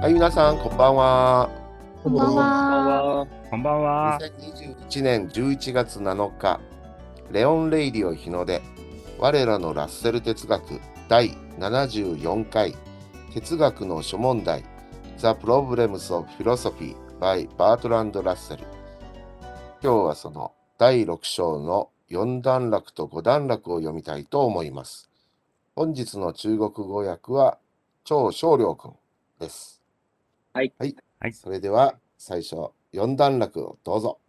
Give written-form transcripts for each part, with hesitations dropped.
はい、皆さん、こんばんは。 こんばんは。 こんばんは。 2021年11月7日、レオン・レイディオ日の出、我らのラッセル哲学第74回、哲学の諸問題、The Problems of Philosophy by Bertrand Russell。今日はその第6章の4段落と5段落を読みたいと思います。本日の中国語訳は、張少良君です。 はい。 それでは最初4段落をどうぞ。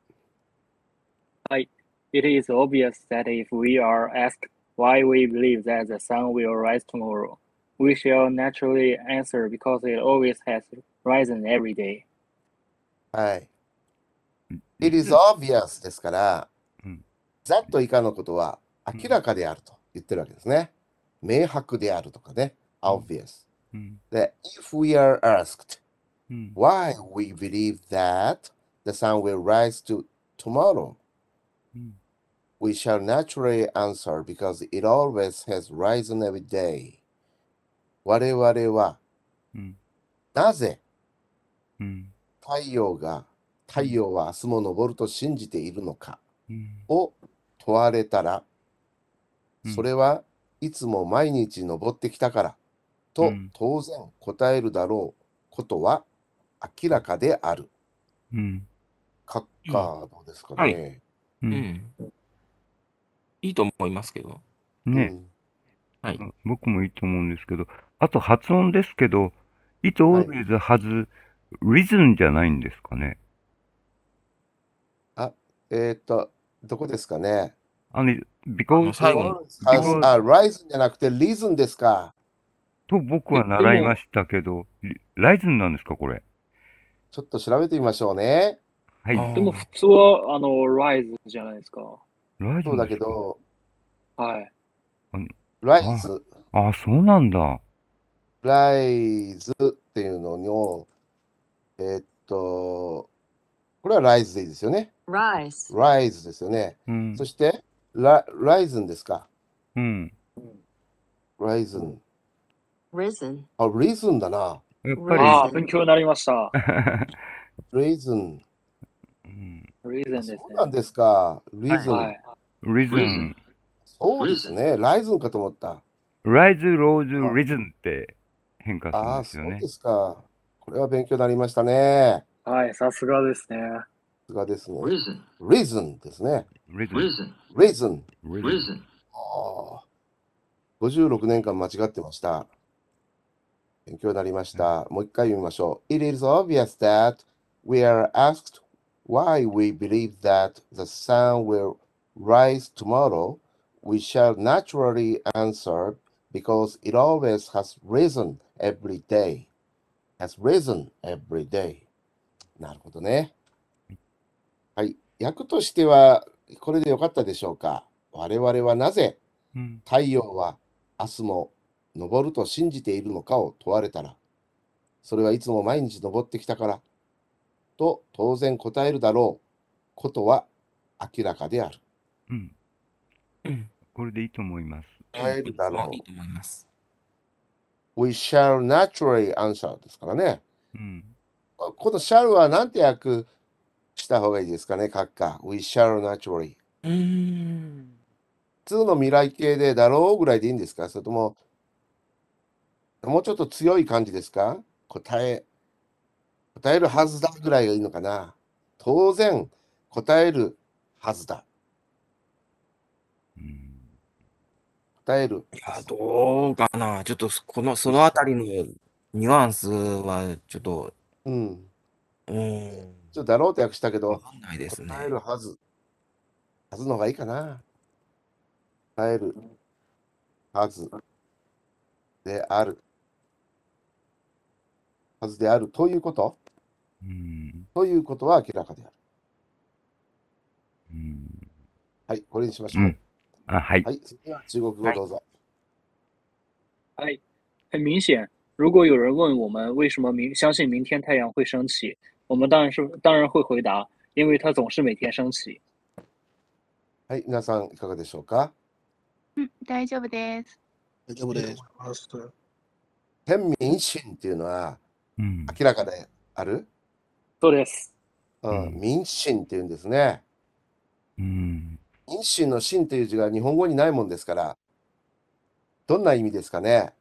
It is obvious that if we are asked why we believe that the sun will rise tomorrow, we shall naturally answer because it always has risen every day. はい。It is obvious ですから、ざっと以下のことは明らかであると言ってるわけですね。明白であるとかね。obvious。で、if we are asked why we believe that the sun will rise tomorrow, we shall naturally answer because it always has risen every day. 我々は、なぜ太陽は明日も昇ると信じているのかを問われたら、それはいつも毎日昇ってきたからと当然答えるだろうことは明らかである。閣下どうですかね。 いいと思いますけど。 ね、 はい。 僕もいいと思うんですけど、あと発音ですけど、It always has risen じゃないんですかね。 どこですかね。 because 最後の。 rise じゃなくて reason ですか。 と僕は習いましたけど、risen なんですか、これ。 ちょっと調べてみましょうね。 はい。 でも普通は、rise じゃないですか。 そうだけど、 はい。 rise。 そうなんだ。 rise っていうのを、これは rise でいいですよね。rise ですよね。そして、risen ですか。risen。reason だな。 やっぱり。勉強になりました。 reason。 reason ですね。 そうなんですか。reason。 reason。 そうですね。rise かと思った。 rise, rose, risen って変化するんですよね。 そうですか。これは勉強になりましたね。 はい、さすがですね。 さすがですね。reason ですね。 reason。 56年間間違ってました。勉強になりました。もう一回読みましょう。It is obvious that we are asked why we believe that the sun will rise tomorrow. We shall naturally answer because it always has risen every day. Has risen every day. なるほどね。はい。訳としては、これでよかったでしょうか。我々はなぜ太陽は明日も昇ると信じているのかを問われたら、それはいつも毎日昇ってきたからと当然答えるだろうことは明らかである。 これでいいと思います。 答えるだろう。 いいと思います。 We shall naturally answer ですからね。この shall は何て訳した方がいいですかね、閣下。We shall naturally。普通の未来形でだろうぐらいでいいんですか、それとももうちょっと強い感じですか。答えるはずだぐらいがいいのかな。当然答えるはずだ。答える。 いや、どうかな。ちょっとそのあたりのニュアンスはちょっと。 ちょっとだろうと訳したけど、 わかんないですね。 答えるはずの方がいいかな。答えるはずである。はずであるということということは明らかである。はい、これにしましょう。 はい。 次は中国語どうぞ。 很明显，如果有人问我们为什么相信明天太阳会升起，我们当然会回答，因为它总是每天升起。 はい、皆さんいかがでしょうか。 大丈夫です。 天明神っていうのはうん。 明らかである。 そうです。 民心っていうんですね。 うん。 民心の心という字が日本語にないもんですから、どんな意味ですかね。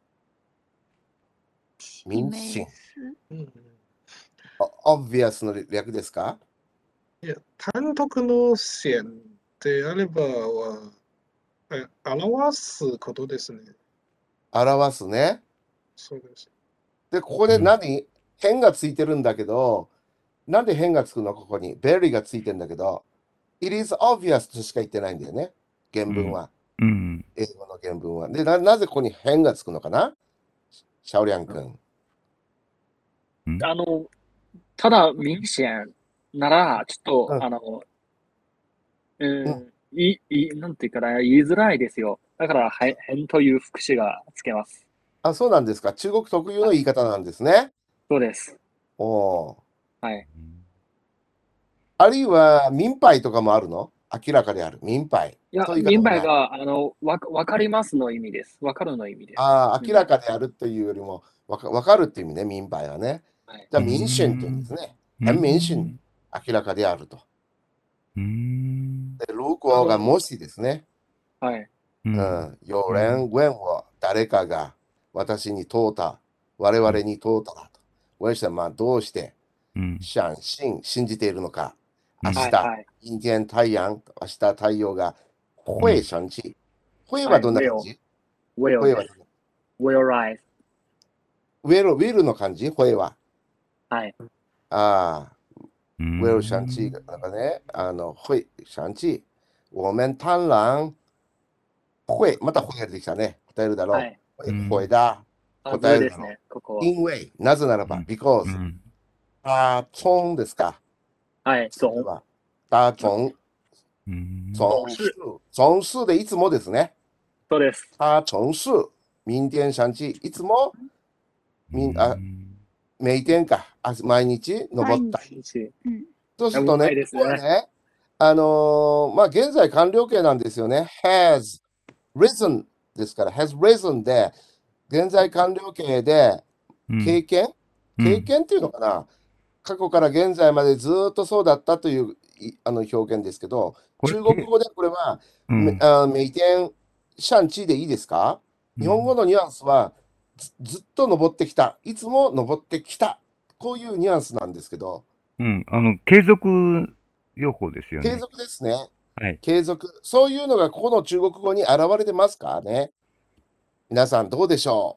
民心。obvious の略ですか。 いや、単独の線であればは、表すことですね。 表すね。 そうです。 で、ここで辺がついてるんだけど、なんで辺がつくのここに。very がついてるんだけど、it is obvious としか言ってないんだよね。原文は。 うん。 英語の原文は。で、なぜここに辺がつくのかなシャオリャン君。 ただ明显なら、ちょっと、なんていうかな、言いづらいですよ。だから、変という副詞がつけます。 あ、そうなんですか。中国特有の言い方なんですね。 そうです。 おー。 はい。 あるいは民牌とかもあるの明らかである。民牌。 いや、 そういう言い方もない。 明白が、わかりますの意味です。わかるの意味です。 ああ、明らかであるというよりも、わかるっていう意味ね、民牌はね。 はい。 じゃあ、民心っていうんですね。変民心、明らかであると。で、如果がもしですね。 はい。 有人問我、誰かが私に問うた、我々に問うたらと。我々はどうして、信じているのか。明日、明天太陽、明日太陽が、会想起。会はどんな感じ？ will 会は will rise。 will の感じ？会は。 はい。 will 想起なんかね、会想起。我们当然会、また会が出てきたね。答えるだろう。会だ。答えるだろう。因為、なぜならば、because。从ですか。 はい、 それは。从数でいつもですね。 そうです。 从数、明天想起、いつも、每天か、毎日登った。そうするとね、ここはね、現在完了形なんですよね。has risen ですから、has risen で、現在完了形で、経験っていうのかな。過去から現在までずっとそうだったという表現ですけど、中国語でこれは、每天シャンチでいいですか？日本語のニュアンスはずっと登ってきた。いつも登ってきた。こういうニュアンスなんですけど。 継続用法ですよね。 継続ですね。 はい。 継続。そういうのがここの中国語に現れてますかね。皆さんどうでしょ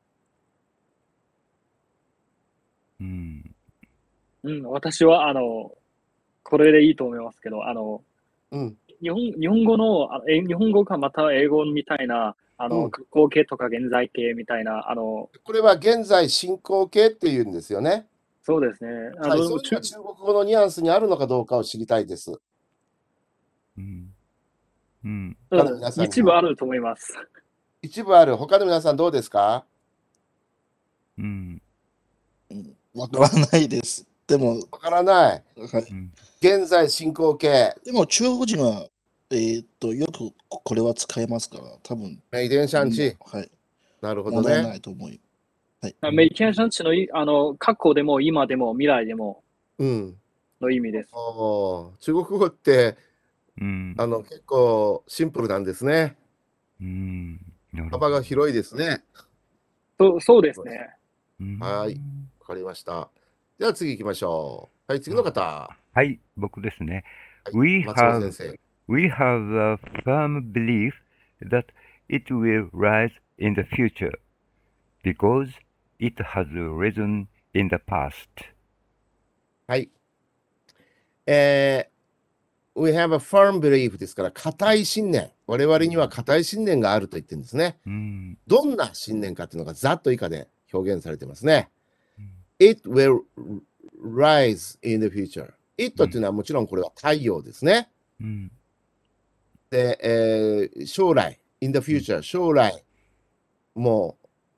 う？私は、これでいいと思いますけど、日本語かまた英語みたいな、過去形とか現在形みたいな、 これは現在進行形っていうんですよね。 そうですね。 そういうのが中国語のニュアンスにあるのかどうかを知りたいです。 一部あると思います。 一部ある。他の皆さんどうですか？ わからないです。でも、 わからない。 はい、 現在進行形。 でも中国人は、よくこれは使えますから、多分。 每天シャンチ。 はい。 なるほどね。 問題ないと思う。 はい。每天シャンチの過去でも今でも未来でもの意味です。 中国語って、結構シンプルなんですね。幅が広いですね。 そうですね。 はい。わかりました。では次行きましょう。はい、次の方。 はい、僕ですね。 松尾先生。 We have a firm belief that it will rise in the future because it has risen in the past. はい。We have a firm belief ですから、固い信念。我々には固い信念があると言ってるんですね。どんな信念かっていうのがざっと以下で表現されてますね。It will rise in the future. It っていうのはもちろんこれは太陽ですね。で、将来、in the future、将来も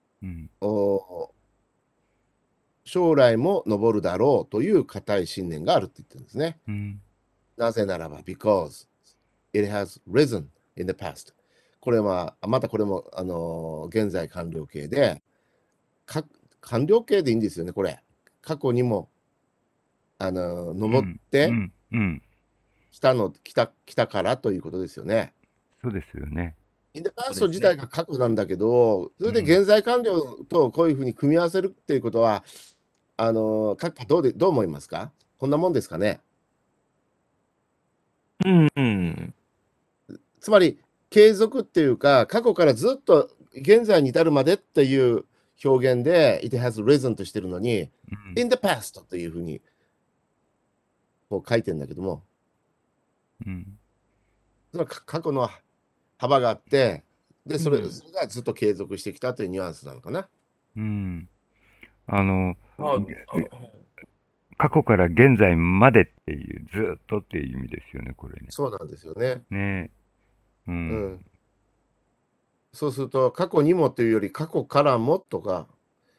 将来も昇るだろうという固い信念があるって言ってるんですね。なぜならば、because it has risen in the past。これは、またこれも、現在完了形で、過完了形でいいんですよね、これ。過去にも、登って来たからということですよね。 そうですよね。 インダパスト自体が過去なんだけど、それで現在完了とこういうふうに組み合わせるっていうことは、各家どう思いますか？こんなもんですかね。つまり、継続っていうか、過去からずっと現在に至るまでっていう表現で、it has risen としてるのに、in the past というふうにこう書いてるんだけども、その過去の幅があって、で、それがずっと継続してきたというニュアンスなのかな。 過去から現在までっていう、ずっとっていう意味ですよね、これね。 そうなんですよね。 ね。 そうすると、過去にもというより、過去からもとか、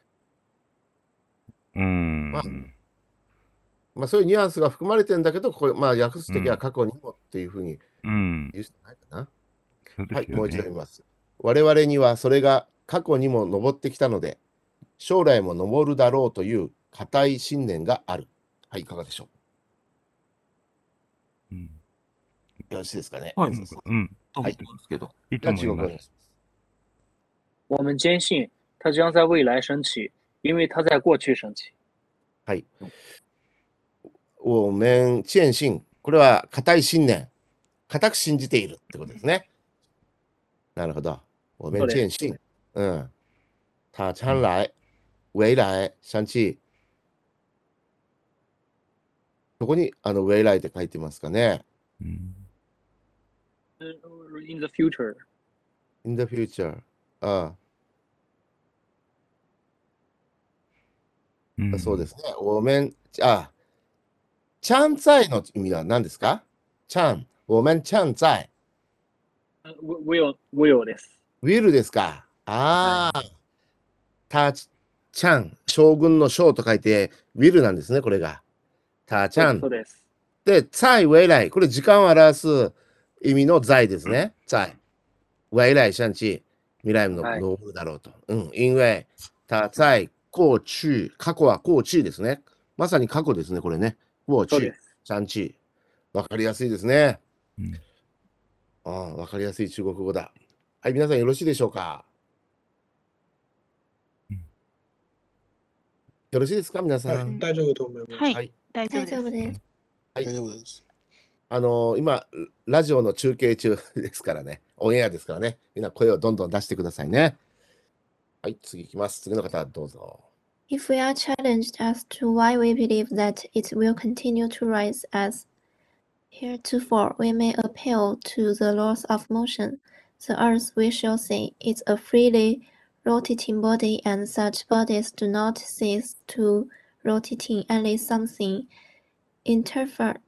まあ、そういうニュアンスが含まれてるんだけど、これ、まあ、訳すときは過去にもっていうふうに言うしかないかな。はい、もう一度言います。我々にはそれが過去にも上ってきたので、将来も上るだろうという固い信念がある。はい、いかがでしょう。よろしいですかね。 はい。 はい。 いじゃあ中国語にします。 我们坚信它将在未来升起，因为它在过去升起。 はい。我们坚信。これは固い信念。固く信じているってことですね。なるほど。我们坚信。它将来、未来、升起。そこに未来って書いてますかね。 In the future. In the future. そうですね。我们、将在の意味は何ですか？将。我们将在。 will です。 will ですか。たちゃん、将軍の将と書いて、will なんですね、これが。たちゃん。 そうです。 で、在未来。これ時間を表す意味の在ですね。在。未来升起。未来の上るだろうと。因为、他在過去。過去は過去ですね。まさに過去ですね、これね。過去。升起。わかりやすいですね。わかりやすい中国語だ。はい、皆さんよろしいでしょうか？よろしいですか、皆さん。 大丈夫と思います。 はい、大丈夫です。 大丈夫です。 今、ラジオの中継中ですからね、オンエアですからね、みんな声をどんどん出してくださいね。はい、次いきます。次の方、どうぞ。 If we are challenged as to why we believe that it will continue to rise as heretofore, we may appeal to the laws of motion. The earth, we shall say, is a freely rotating body, and such bodies do not cease to rotating unless something interferes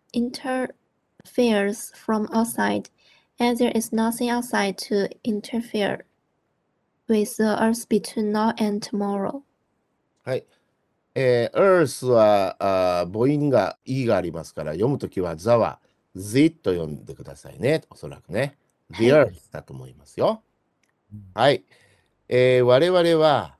from outside, and there is nothing outside to interfere with the earth between now and tomorrow. はい。earth は母音が e がありますから、読むときは the は the と読んでくださいね。おそらくね。the earth だと思いますよ。はい。我々は、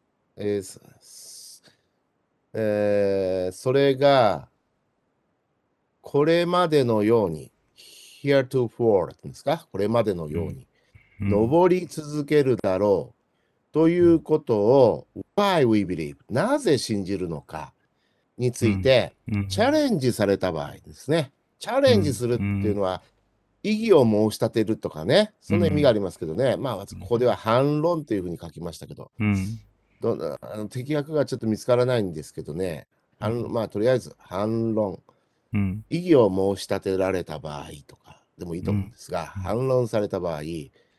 それがこれまでのように heretofore ですか、これまでのように、上り続けるだろうということを why we believe なぜ信じるのかについて、チャレンジされた場合ですね。チャレンジするっていうのは、異議を申し立てるとかね、そんな意味がありますけどね、まあ、ここでは反論というふうに書きましたけど、適訳がちょっと見つからないんですけどね、まあ、とりあえず反論、異議を申し立てられた場合とかでもいいと思うんですが、反論された場合、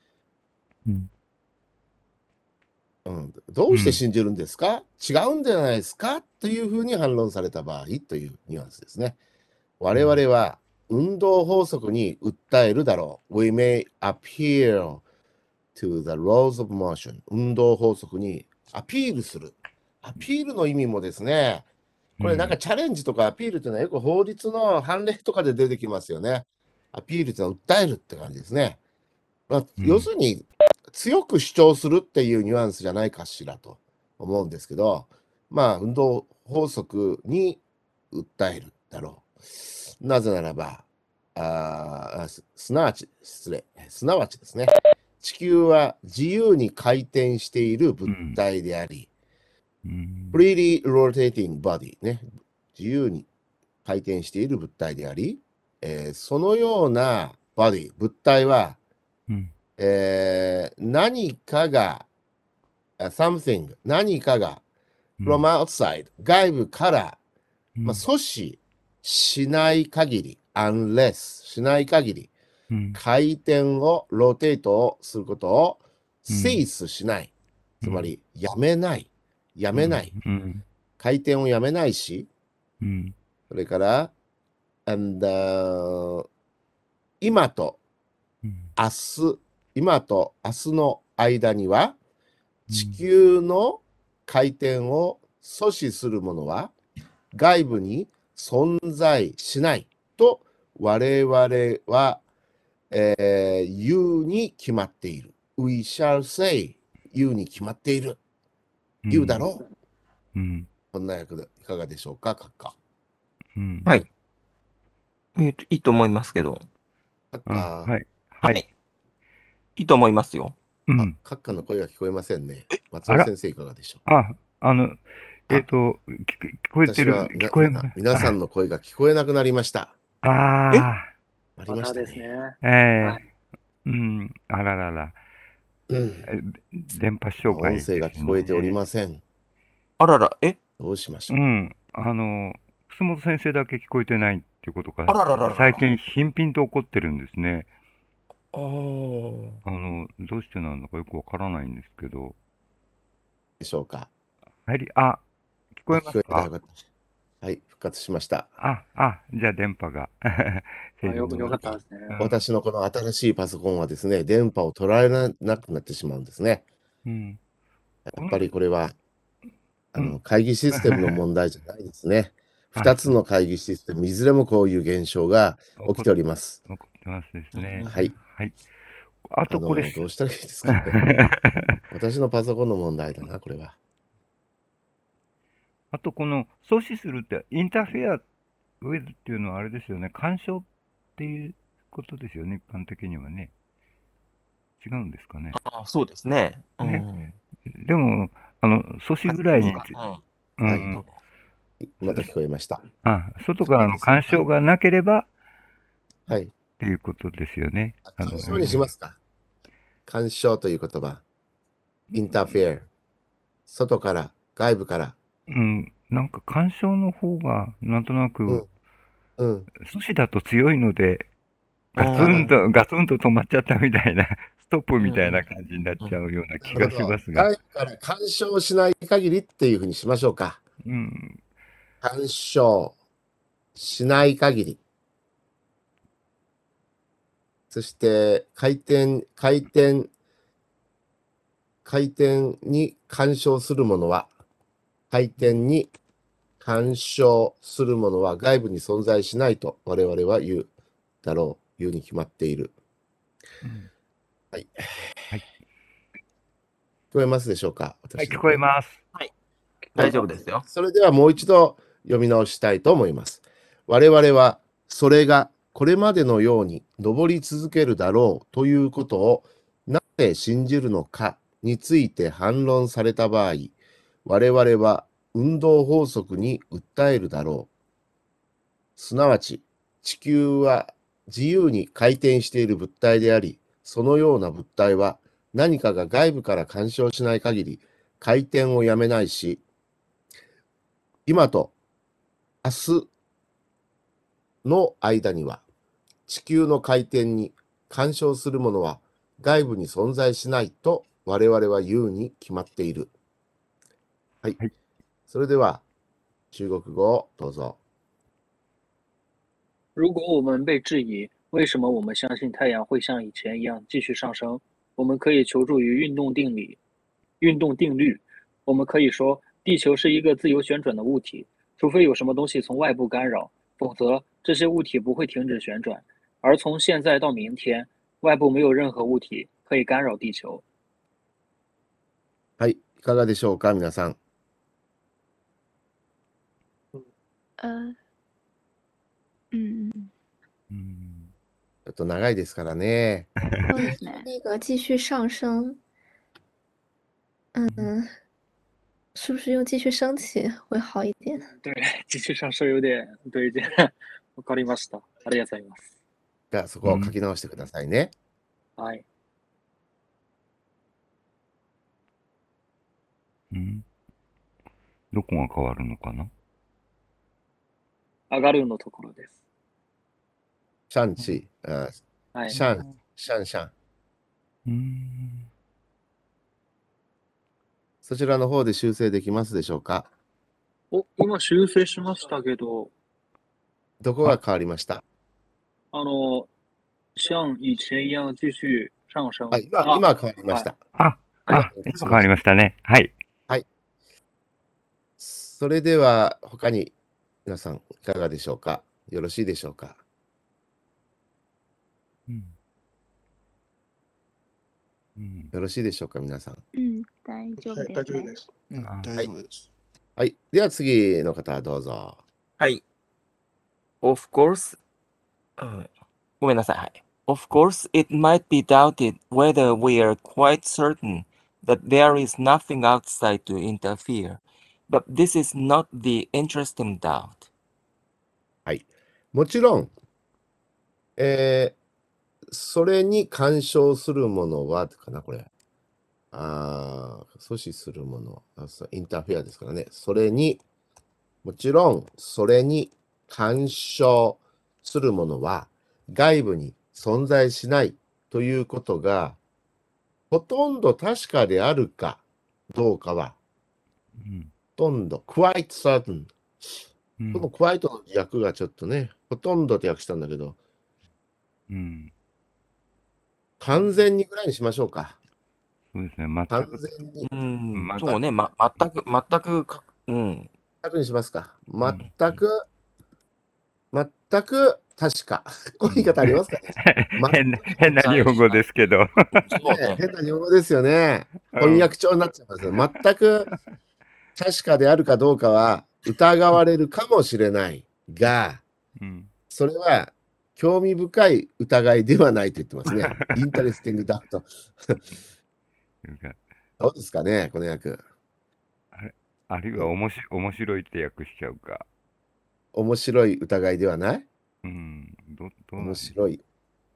どうして信じるんですか、違うんじゃないですかというふうに反論された場合というニュアンスですね。我々は運動法則に訴えるだろう。We may appeal to the laws of motion. 運動法則にアピールする。アピールの意味もですね、これなんかチャレンジとかアピールというのはよく法律の判例とかで出てきますよね。アピールというのは訴えるって感じですね。要するに強く主張するっていうニュアンスじゃないかしらと思うんですけど、まあ、運動法則に訴えるだろう。なぜならば、すなわちですね。地球は自由に回転している物体であり、freely rotating body ね。自由に回転している物体であり、そのようなボディ、物体は、何かが、something、何かが、from outside、外部から、阻止しない限り、unless、しない限り、回転を、ローテートをすることを、cease しない。つまり、やめない。回転をやめないし、それから、今と明日の間には、地球の回転を阻止するものは外部に存在しないと我々は、言うに決まっている。We shall say 言うに決まっている。言うだろう。こんな役でいかがでしょうか、閣下。 はい。いいと思いますけど。 はい。 いいと思いますよ。 閣下の声が聞こえませんね。松尾先生いかがでしょう。 聞こえてる。聞こえます。 皆さんの声が聞こえなくなりました。 ありましたね。 あららら。電波障害。 音声が聞こえておりません。 あらら、 どうしましょう。 楠本先生だけ聞こえてないってことが、最近頻々と起こってるんですね。どうしてなのかよくわからないんですけど。 でしょうか。 聞こえますか？ はい、復活しました。 じゃあ電波が。 よかったですね。 私のこの新しいパソコンはですね、電波を捉えなくなってしまうんですね。やっぱりこれは、会議システムの問題じゃないですね。2つの会議システム、いずれもこういう現象が起きております。 起こってますですね。 はい。 あとこれ、 どうしたらいいですかね。私のパソコンの問題だな、これは。 あとこの阻止するって、インターフェアウェズっていうのはあれですよね。干渉っていうことですよね、一般的にはね。違うんですかね。 そうですね。 でも、阻止ぐらいに。 また聞こえました。 外からの干渉がなければ、 はい。 っていうことですよね。 干渉にしますか。干渉という言葉。インターフェア。外から、外部から。 なんか干渉の方が、なんとなく、阻止だと強いので、ガツンと止まっちゃったみたいな、ストップみたいな感じになっちゃうような気がしますが。 外部から干渉しない限りっていうふうにしましょうか。干渉しない限り。そして、回転に干渉するものは、外部に存在しないと我々は言うに決まっている。はい。聞こえますでしょうか？ はい、聞こえます。 はい。大丈夫ですよ。 それではもう一度読み直したいと思います。我々はそれがこれまでのように上り続けるだろうということをなぜ信じるのかについて反論された場合、我々は運動法則に訴えるだろう。すなわち、地球は自由に回転している物体であり、そのような物体は何かが外部から干渉しない限り回転をやめないし、今と明日の間には地球の回転に干渉するものは外部に存在しないと我々は言うに決まっている。はい。それでは中国語をどうぞ。 如果我们被质疑为什么我们相信太阳会像以前一样继续上升，我们可以求助于运动定律。我们可以说，地球是一个自由旋转的物体，除非有什么东西从外部干扰，否则这些物体不会停止旋转。而从现在到明天，外部没有任何物体可以干扰地球。 はい、 いかがでしょうか、皆さん。ちょっと長いですからね。 那个继续上升，是不是用继续升起会好一点？ 对，继续上升有点对，わかりました。ありがとうございます。 じゃあそこを書き直してくださいね。 はい。 どこが変わるのかな？ 上がるのところです。 シャンチ、 はい。 シャン、シャンシャン。そちらの方で修正できますでしょうか？ 今修正しましたけど。 どこが変わりました？ 像以前一样继续上升。 今変わりました。 今変わりましたね。はい。 はい。それでは他に皆さんいかがでしょうか？よろしいでしょうか？よろしいでしょうか、皆さん。 大丈夫です。 大丈夫です。大丈夫です。 はい。では次の方どうぞ。 はい。Of course, ごめんなさい。はい。Of course, it might be doubted whether we are quite certain that there is nothing outside to interfere, but this is not the interesting doubt. はい。もちろん、それに干渉するものは、かな、これ。阻止するもの。インターフェアですからね。もちろん、それに干渉するものは、外部に存在しないということが、ほとんど確かであるかどうかは、ほとんど、quite certain。この quite の訳がちょっとね、ほとんどって訳したんだけど、完全にぐらいにしましょうか。 そうですね、 完全に。 そうね、全く、 全くにしますか。全く確か。こういう言い方ありますかね。 変な日本語ですけど。 変な日本語ですよね。翻訳帳になっちゃいますよ。全く確かであるかどうかは疑われるかもしれないが、それは興味深い疑いではないと言ってますね。インタレスティングダウト。どうですかね、この訳。 あるいは面白いって訳しちゃうか。 面白い疑いではない？面白い。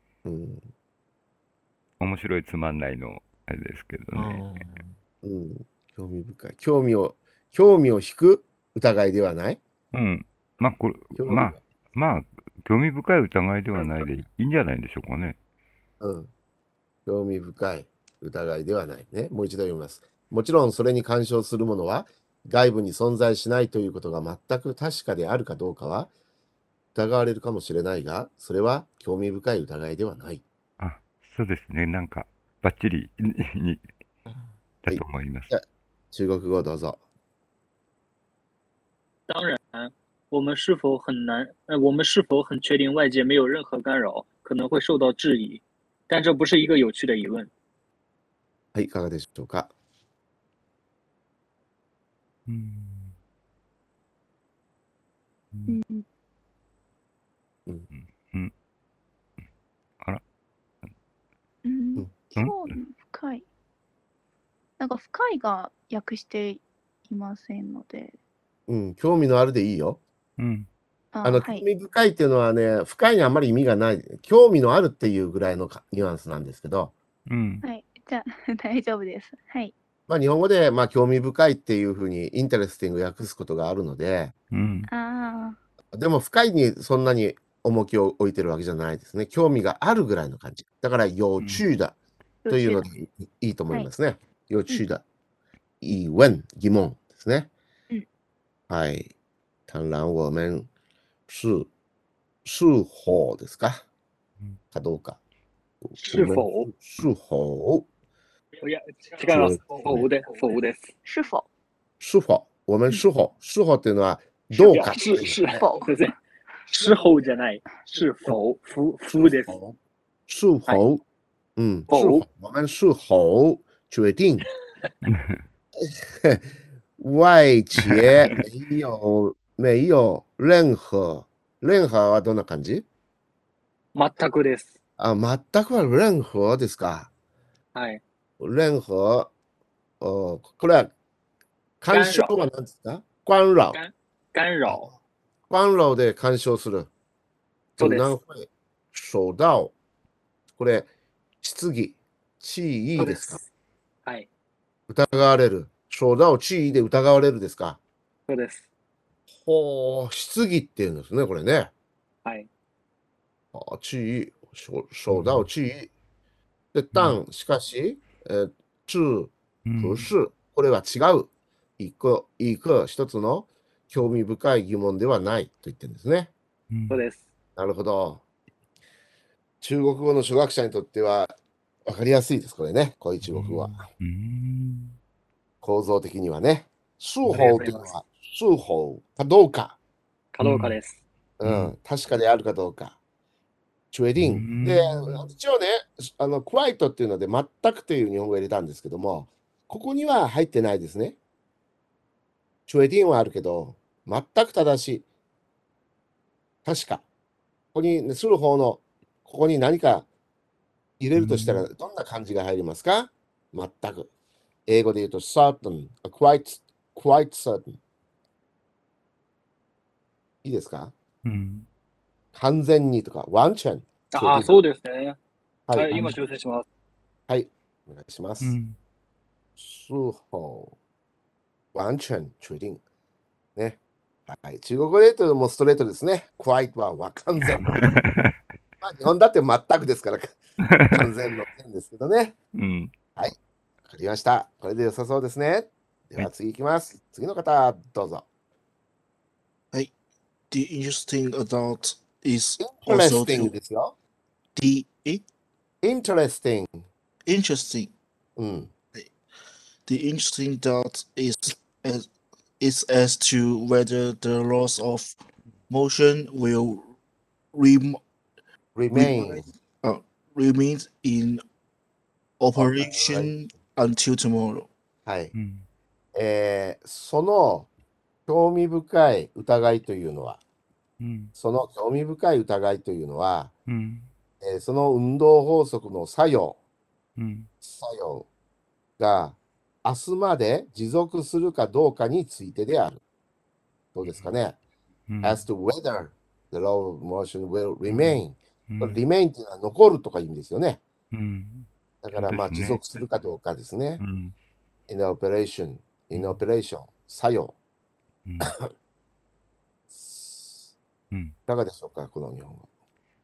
面白いつまんないのあれですけどね。 興味深い。興味を引く疑いではない？ まあ、興味深い疑いではないでいいんじゃないでしょうかね。 興味深い疑いではないね。もう一度読みます。もちろんそれに干渉するものは外部に存在しないということが全く確かであるかどうかは疑われるかもしれないが、それは興味深い疑いではない。 そうですね。なんかバッチリにだと思います。 中国語どうぞ。 当然，我们是否很确定外界没有任何干扰，可能会受到质疑，但这不是一个有趣的疑问。 はい、いかがでしょうか。 興味深い。なんか深いが訳していませんので。 興味のあるでいいよ。興味深いっていうのはね、深いにあんまり意味がない。興味のあるっていうぐらいのニュアンスなんですけど。 はい、じゃあ大丈夫です。はい。 日本語で興味深いっていうふうにインタレスティング訳すことがあるので、でも深いにそんなに重きを置いてるわけじゃないですね。興味があるぐらいの感じ。だから、有趣だというのでいいと思いますね。有趣だ。疑問ですね。はい。当然我们是否ですか？かどうか。 是否？いや、違います。否です。 是否？ 我们是否っていうのはどうか。 是否？是否じゃない。是否？否です。 是否？是否？我们是否決定？ 外且没有任何はどんな感じ？ 全くです。 全くは任何ですか。 はい。 任何、これは干渉は何ですか？干扰。干扰で干渉する。 そうです。 受到。これ、質疑。地位ですか？ はい。 疑われる。受到地位で疑われるですか？ そうです。 質疑っていうんですね、これね。 はい。 地位。受到地位。で、但、しかし、不是。これは違う。一個一つの興味深い疑問ではないと言ってるんですね。 そうです。 なるほど。中国語の初学者にとっては分かりやすいです、これね。こういう中国語は。構造的にはね。数法というのは、数法かどうか。 かどうかです。 確かであるかどうか。決定。で、一応ね、quiet っていうので、全くという日本語を入れたんですけども、ここには入ってないですね。決定はあるけど、全く正しい。確か。ここに、する方の、ここに何か入れるとしたら、どんな漢字が入りますか？全く。英語で言うと、certain, quite certain。いいですか？完全にとか、ワンチャン。 そうですね。 はい、 今修正します。 はい、お願いします。すほ完全決定。ね。はい。中国語で言うともうストレートですね。quite は完全。まあ日本だって全くですから、完全の点ですけどね。はい。わかりました。これで良さそうですね。では次いきます。次の方、どうぞ。 はい。The interesting adult is also interesting ですよ。interesting。 interesting. The interesting doubt is as to whether the laws of motion will remain in operation until tomorrow. はい。その興味深い疑いというのは、その運動法則の作用が明日まで持続するかどうかについてである。どうですかね？ as to whether the law of motion will remain。remain っていうのは残るとか言うんですよね。だからまあ持続するかどうかですね。in operation、作用。いかがでしょうか、この日本語。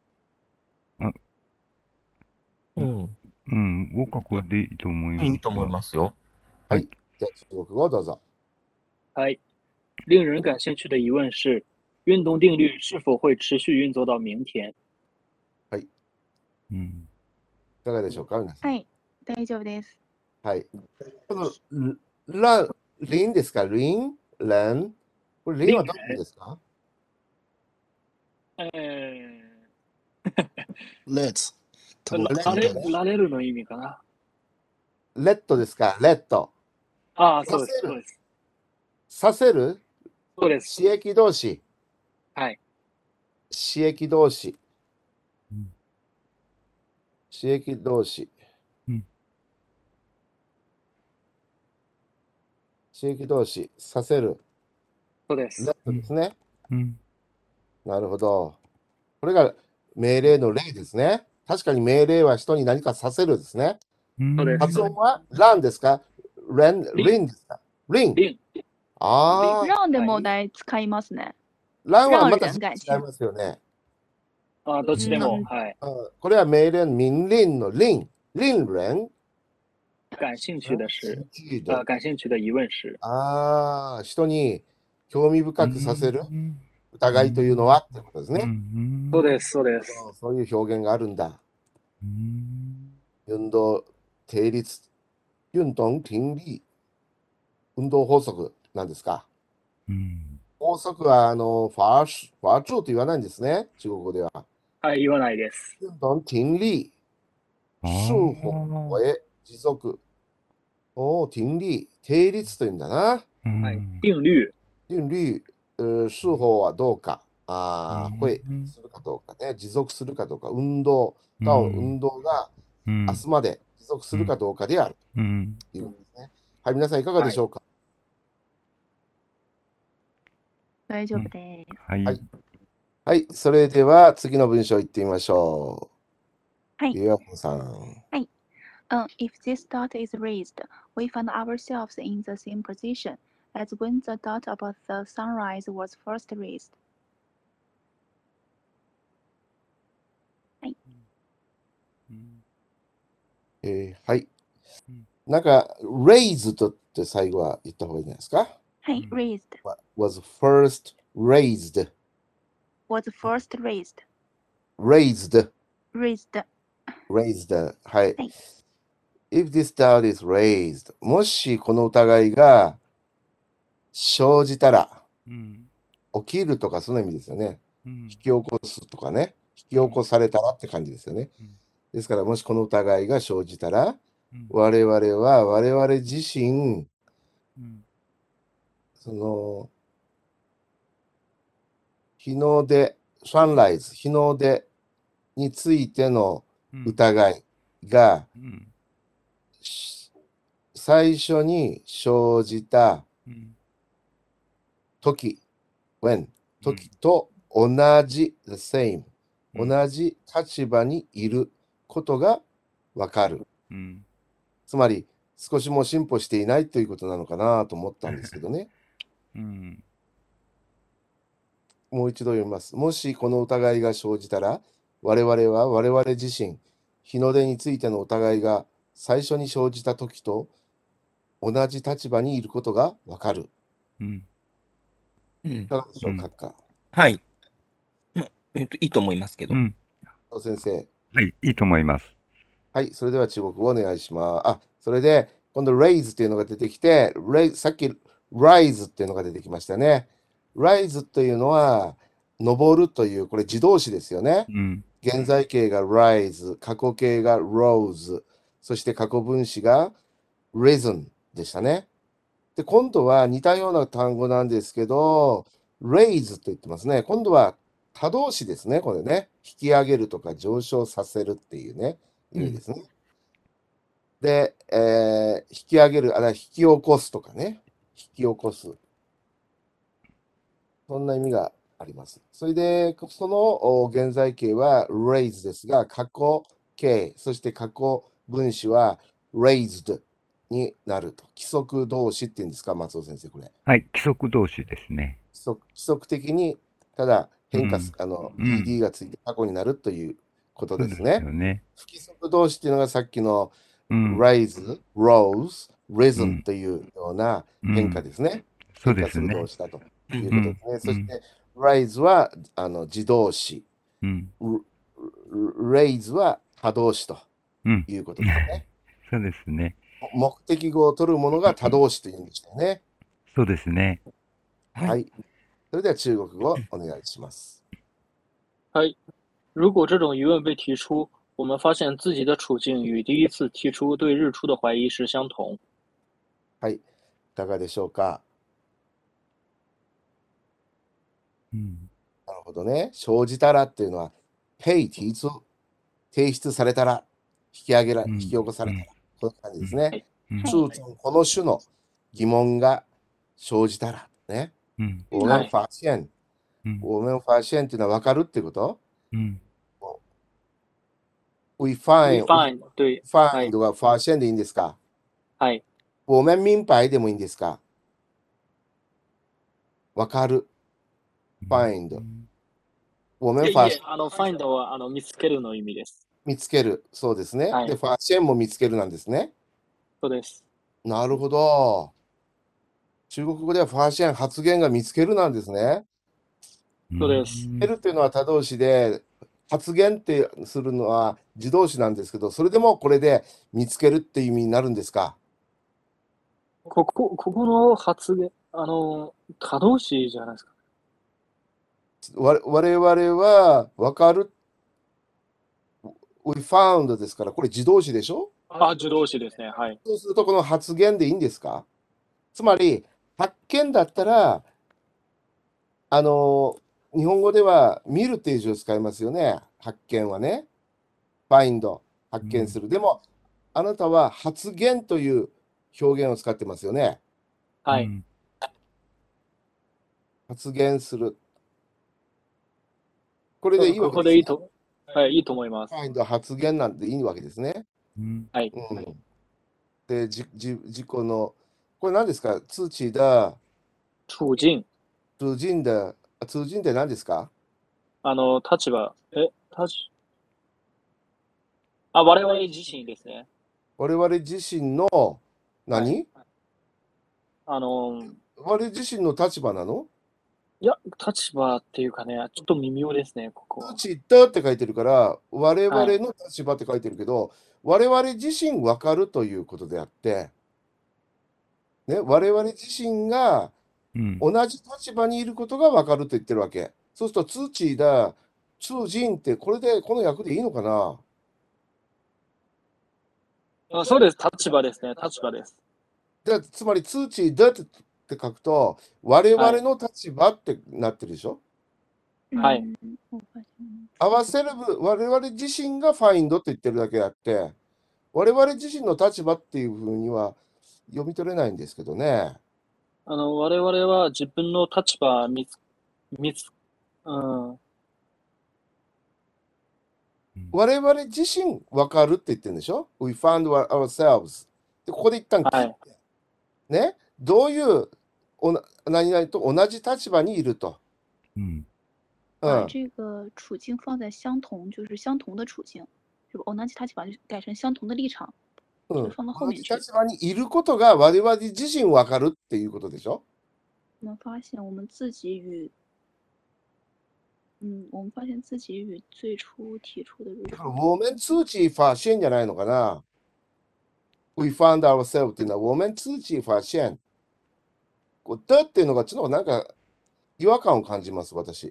僕はこれでいいと思います。 いいと思いますよ。 はい。じゃあ中国語どうぞ。 はい。令人感兴趣的疑问是，运动定律是否会持续运作到明天？ はい。いかがでしょうか、皆さん。 はい、大丈夫です。 はい。このリンですか？リンこれリンはどういう意味ですか ？Let's。 られるの意味かな。 レッドですか？レッド。 そうです。 させる？ そうです。 刺激動詞。 はい。 刺激動詞。刺激動詞。刺激動詞。させる。 そうです。 レッドですね。なるほど。これが命令の例ですね。確かに命令は人に何かさせるですね。発音はランですか？リンですか？リン。 ランでも使いますね。 ランはまた違いますよね。 どっちでも。はい。 これは命令民令の令。令人。 感興趣的是。感興趣的疑問是。 人に興味深くさせる疑いというのはってことですね。 そうです、そうです。 そういう表現があるんだ。運動定律。運動定理。運動法則なんですか？法則は法則と言わないんですね、中国語では。 はい、言わないです。 運動定理。数法へ持続。 定理。定律というんだな。 はい。定律。 定律、是否はどうか。会するかどうかね。持続するかどうか。運動が明日まで持続するかどうかである。ということですね。はい、皆さんいかがでしょうか。 大丈夫です。 はい。はい、それでは次の文章いってみましょう。 はい。 ゆうやぽんさん。 はい。If this dot is raised, we find ourselves in the same position as when the dot above the sunrise was first raised. はい。 はい。なんか、raised って最後は言った方がいいんじゃないですか。 はい、raised. was first raised. was first raised. raised. raised. raised. はい。 はい。 if this doubt is raised. もしこの疑いが生じたら、起きるとかその意味ですよね。引き起こすとかね。引き起こされたらって感じですよね。ですから、もしこの疑いが生じたら、我々自身、その、日の出、サンライズ、日の出についての疑いが、最初に生じた時、時と同じ、the same、同じ立場にいることがわかる。つまり、少しも進歩していないということなのかなと思ったんですけどね。もう一度読みます。もしこの疑いが生じたら、我々自身、日の出についての疑いが最初に生じた時と同じ立場にいることがわかる。いかがでしょうか、閣下。 はい。いいと思いますけど。 先生。 はい、いいと思います。 はい、それでは中国語お願いします。それで、今度 raise っていうのが出てきて、さっき rise っていうのが出てきましたね。rise というのは、登るという、これ自動詞ですよね。現在形が rise、過去形が rose、そして過去分詞が risen でしたね。で、今度は似たような単語なんですけど、raise と言ってますね。今度は他動詞ですね、これね。引き上げるとか上昇させるっていうね、意味ですね。で、引き上げる、引き起こすとかね。引き起こす。そんな意味があります。それで、その現在形は raise ですが、過去形、そして過去分詞は raised になると。規則動詞っていうんですか、松尾先生、これ。 はい、規則動詞ですね。 規則的に、ただ変化、ed がついて過去になるということですね。不規則動詞っていうのがさっきの rise、rose、risen というような変化ですね。変化する動詞だということですね。そして、rise は自動詞、raise は他動詞ということですね。 そうですね。 目的語を取るものが他動詞というんでしたよね。 そうですね。 はい。それでは中国語お願いします。 はい。如果这种疑问被提出，我们发现自己的处境与第一次提出对日出的怀疑是相同。 はい。いかがでしょうか。なるほどね。生じたらっていうのは、提出されたら、引き起こされたら、こんな感じですね。この種の疑問が生じたら、ね。我们发現っていうのは分かるってこと、we find が发現でいいんですか？ はい。 我们明白でもいいんですか？分かる。find。我们 find は見つけるの意味です。 見つける。そうですね。で、ファーシェンも見つけるなんですね。 そうです。 なるほど。中国語ではファーシェン発言が見つけるなんですね。 そうです。 見つけるっていうのは他動詞で、発言ってするのは自動詞なんですけど、それでもこれで見つけるっていう意味になるんですか？ ここの発言、他動詞じゃないですか。 我々は分かる。We found ですから、これ自動詞でしょ？ 助動詞ですね。はい。 そうすると、この発言でいいんですか？つまり、発見だったら、日本語では見るっていう字を使いますよね。発見はね。find、発見する。でも、あなたは発言という表現を使ってますよね。 はい。 発言する。これでいいわここけですね。 でいいと、はい、いいと思います。 find 発言なんていいわけですね。 はい。 で、自己の、これ何ですか？通知だ。 处境。 通人だ。通人って何ですか？ 立場。我々自身ですね。 我々自身の何？ 我 々自身の立場なの？ いや、立場っていうかね、ちょっと微妙ですね、ここは。 通知だって書いてるから、我々の立場って書いてるけど、我々自身分かるということであって、ね、我々自身が同じ立場にいることが分かると言ってるわけ。そうすると、通知だ、通人って、この訳でいいのかな？ そうです、立場ですね、立場です。 つまり、通知だって書くと、我々の立場ってなってるでしょ？ はい。 合わせる我々自身がファインドって言ってるだけあって、我々自身の立場っていうふうには読み取れないんですけどね。 我々は自分の立場我々自身分かるって言ってるんでしょ？ We found ourselves。で、ここで一旦切って、ね、どういう何々と同じ立場にいると。 把这个处境放在相同，就是相同的处境，就同じ立場就改成相同的立場，就放到后面去。 同じ立場にいることが我々自身分かるっていうことでしょ？ 我们发现我们自己与最初提出的这种。 我们自己发现じゃないのかな？ We found ourselves っていうのは、我们自己发現。だっていうのがちょっとなんか違和感を感じます、私。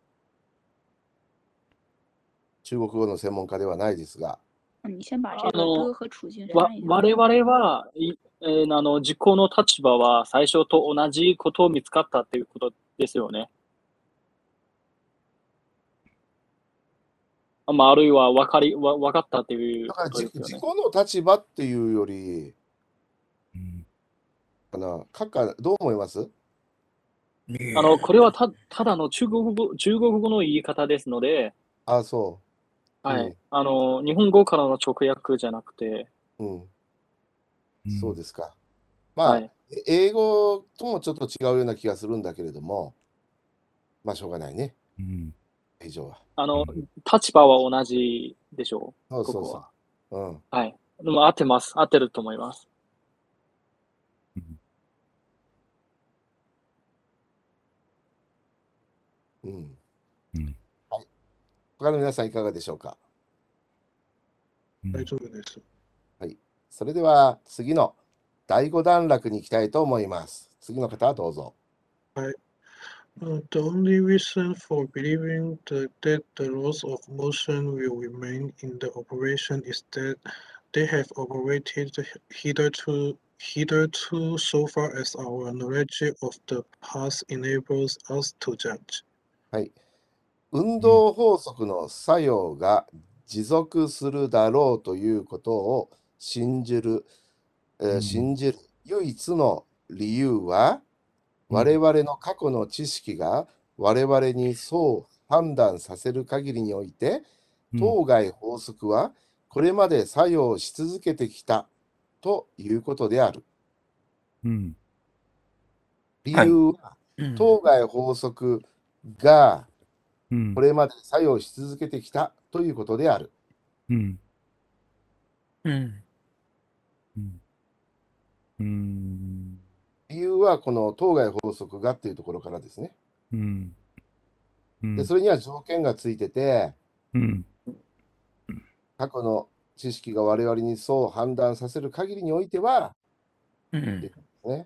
中国語の専門家ではないですが。 你先把这个的和处境我々は、自己の立場は最初と同じことを見つかったっていうことですよね。あるいは分かったっていうことですよね。 自己の立場っていうより、どう思います？ これはただの中国語の言い方ですので、 そう。 はい。日本語からの直訳じゃなくて。 そうですか。まあ、英語ともちょっと違うような気がするんだけれども、まあ、しょうがないね。以上は。 立場は同じでしょう。 そうそう。 はい。でも合ってます。合ってると思います。 はい。他の皆さんいかがでしょうか？ 大丈夫です。 はい。それでは次の第5段落に行きたいと思います。次の方はどうぞ。 はい。The only reason for believing that the laws of motion will remain in the operation is that they have operated hitherto so far as our knowledge of the past enables us to judge. はい。運動法則の作用が持続するだろうということを信じる唯一の理由は、我々の過去の知識が我々にそう判断させる限りにおいて、当該法則はこれまで作用し続けてきたということである。理由は、当該法則がこれまで作用し続けてきたということである。理由はこの当該法則がっていうところからですね。でそれには条件がついてて、過去の知識が我々にそう判断させる限りにおいては、ね、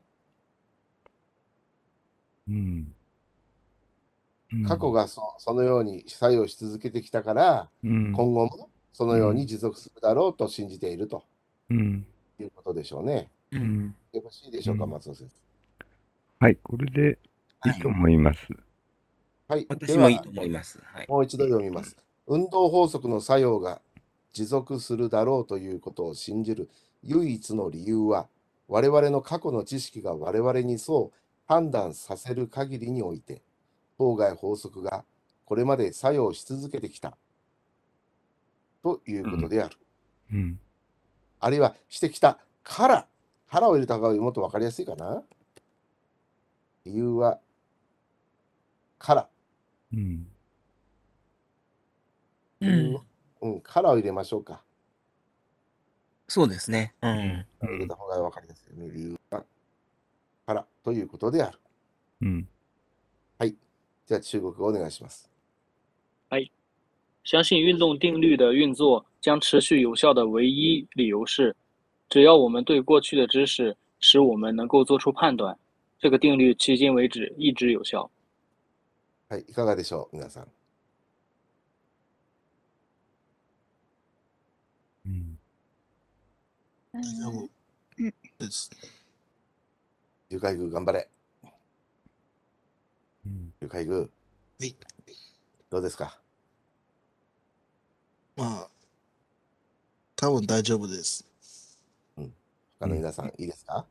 過去がそのように作用し続けてきたから、今後もそのように持続するだろうと信じているとうん。 いうことでしょうね。よろしいでしょうか、松尾先生。 はい、これでいいと思います。 はい。で私もいいは、 と思います。はい。 もう一度読みます。運動法則の作用が持続するだろうということを信じる唯一の理由は、我々の過去の知識が我々にそう判断させる限りにおいて、当該法則がこれまで作用し続けてきたということである。あるいはしてきたからを入れた方がもっと分かりやすいかな。理由はから。からを入れましょうか。 そうですね。 入れた方が分かりやすいね。理由はからということである。はい。じゃあ中国語お願いします。 はい。相信运动定律的运作将持续有效的唯一理由是，只要我们对过去的知识使我们能够做出判断，这个定律迄今为止一直有效。 はい、いかがでしょう、皆さん。 大丈夫です。 ゆかいぐ頑張れ。ゆかいぐ。 はい。 どうですか？ まあ、多分大丈夫です。 他の皆さん、いいですか？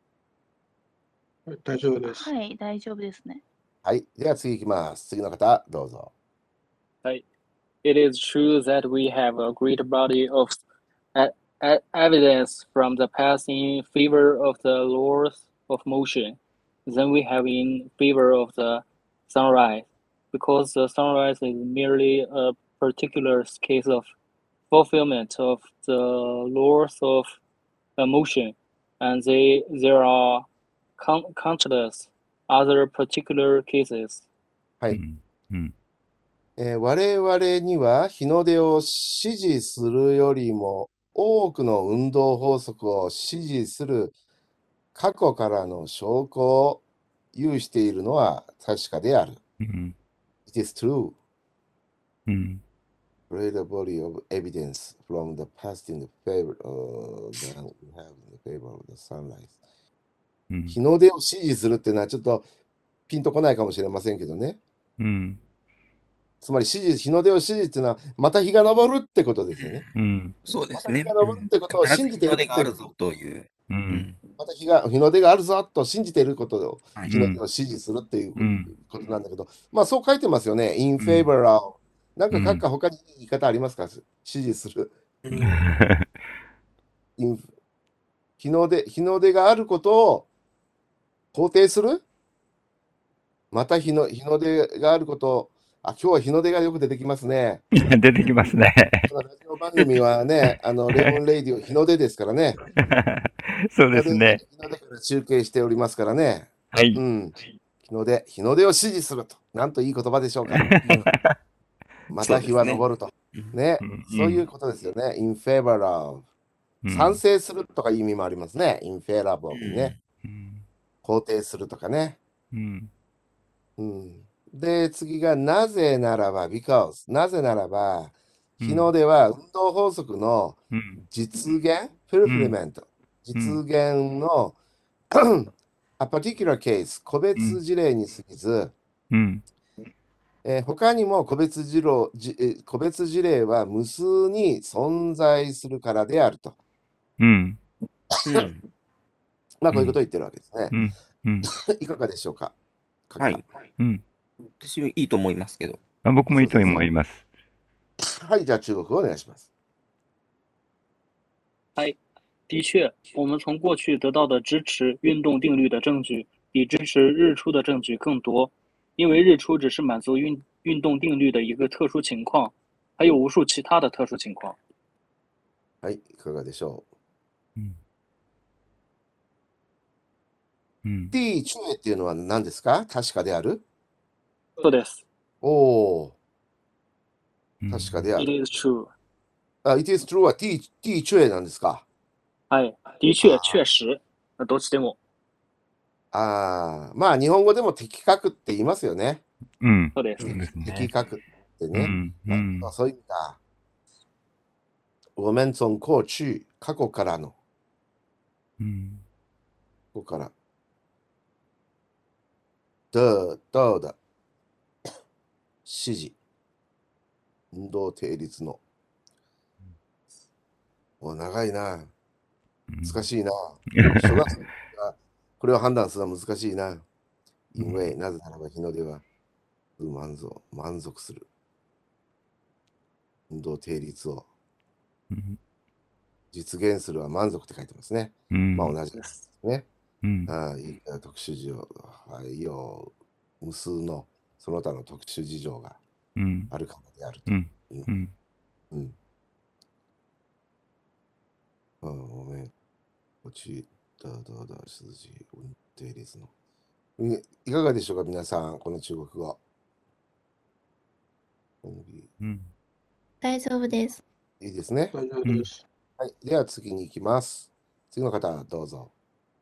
大丈夫です。 はい、大丈夫ですね。 はい。では次いきます。次の方、どうぞ。 はい。It is true that we have a great body of evidence from the past in favor of the laws of motion than we have in favor of the sunrise, because the sunrise is merely a particular case of fulfillment of the laws of motion, and there are countless other particular cases. はい。我々には日の出を支持するよりも多くの運動法則を支持する過去からの証拠を有しているのは確かである。It is true. Great body of evidence from the past in the favor than we have in the favor of the sunrise. 日の出を支持するっていうのはちょっとピンとこないかもしれませんけどね。つまり日の出を支持っていうのはまた日が昇るってことですよね。 そうですね。 また日が昇るってことを信じている日の出があるぞという。 また日の出があるぞと信じていることを日の出を支持するっていうことなんだけど、まあそう書いてますよね。in favor of。なんか書くか他に言い方ありますか？支持する。日の出があることを肯定する？また日の出があることを、今日は日の出がよく出てきますね。 出てきますね。 このラジオ番組はね、レオンレイディオ日の出ですからね。 そうですね。 日の出から中継しておりますからね。 はい。 日の出を支持すると。なんといい言葉でしょうか。また日は昇ると。ね。そういうことですよね。in favor of。賛成するとかいう意味もありますね。in favor of にね。肯定するとかね。で、次がなぜならば、because。なぜならば、日の出は運動法則の実現、fulfillment。実現のa particular case、個別事例に過ぎず、他にも個別事例は無数に存在するからであると。まあこういうことを言ってるわけですね。いかがでしょうか？ はい。私はいいと思いますけど。 僕もいいと思います。 はい、じゃあ中国語お願いします。 はい。的确，我们从过去得到的支持运动定律的证据，比支持日出的证据更多，因为日出只是满足运动定律的一个特殊情况，还有无数其他的特殊情况。 はい、いかがでしょう。的确っていうのは何ですか？確かである？ そうです。 おお。確かである。 It is true. It is true は的确なんですか？ はい。的确、确实。どっちでも。 まあ日本語でも的確って言いますよね。 そうです。 的確ってね。そういう意味だ。我们从过去過去からの、 うん。 ここから、どうだ、指示、運動定律の。長いな。難しいな。小学生がこれを判断するのは難しいな。因为なぜならば日の出は満足する。運動定律を実現するは満足って書いてますね。まあ同じですね。特殊事情、無数のその他の特殊事情があるからであると。ごめん。こっち、数字、運定律の。いかがでしょうか、皆さん、この中国語。 大丈夫です。 いいですね。 大丈夫です。 はい。では次に行きます。次の方、どうぞ。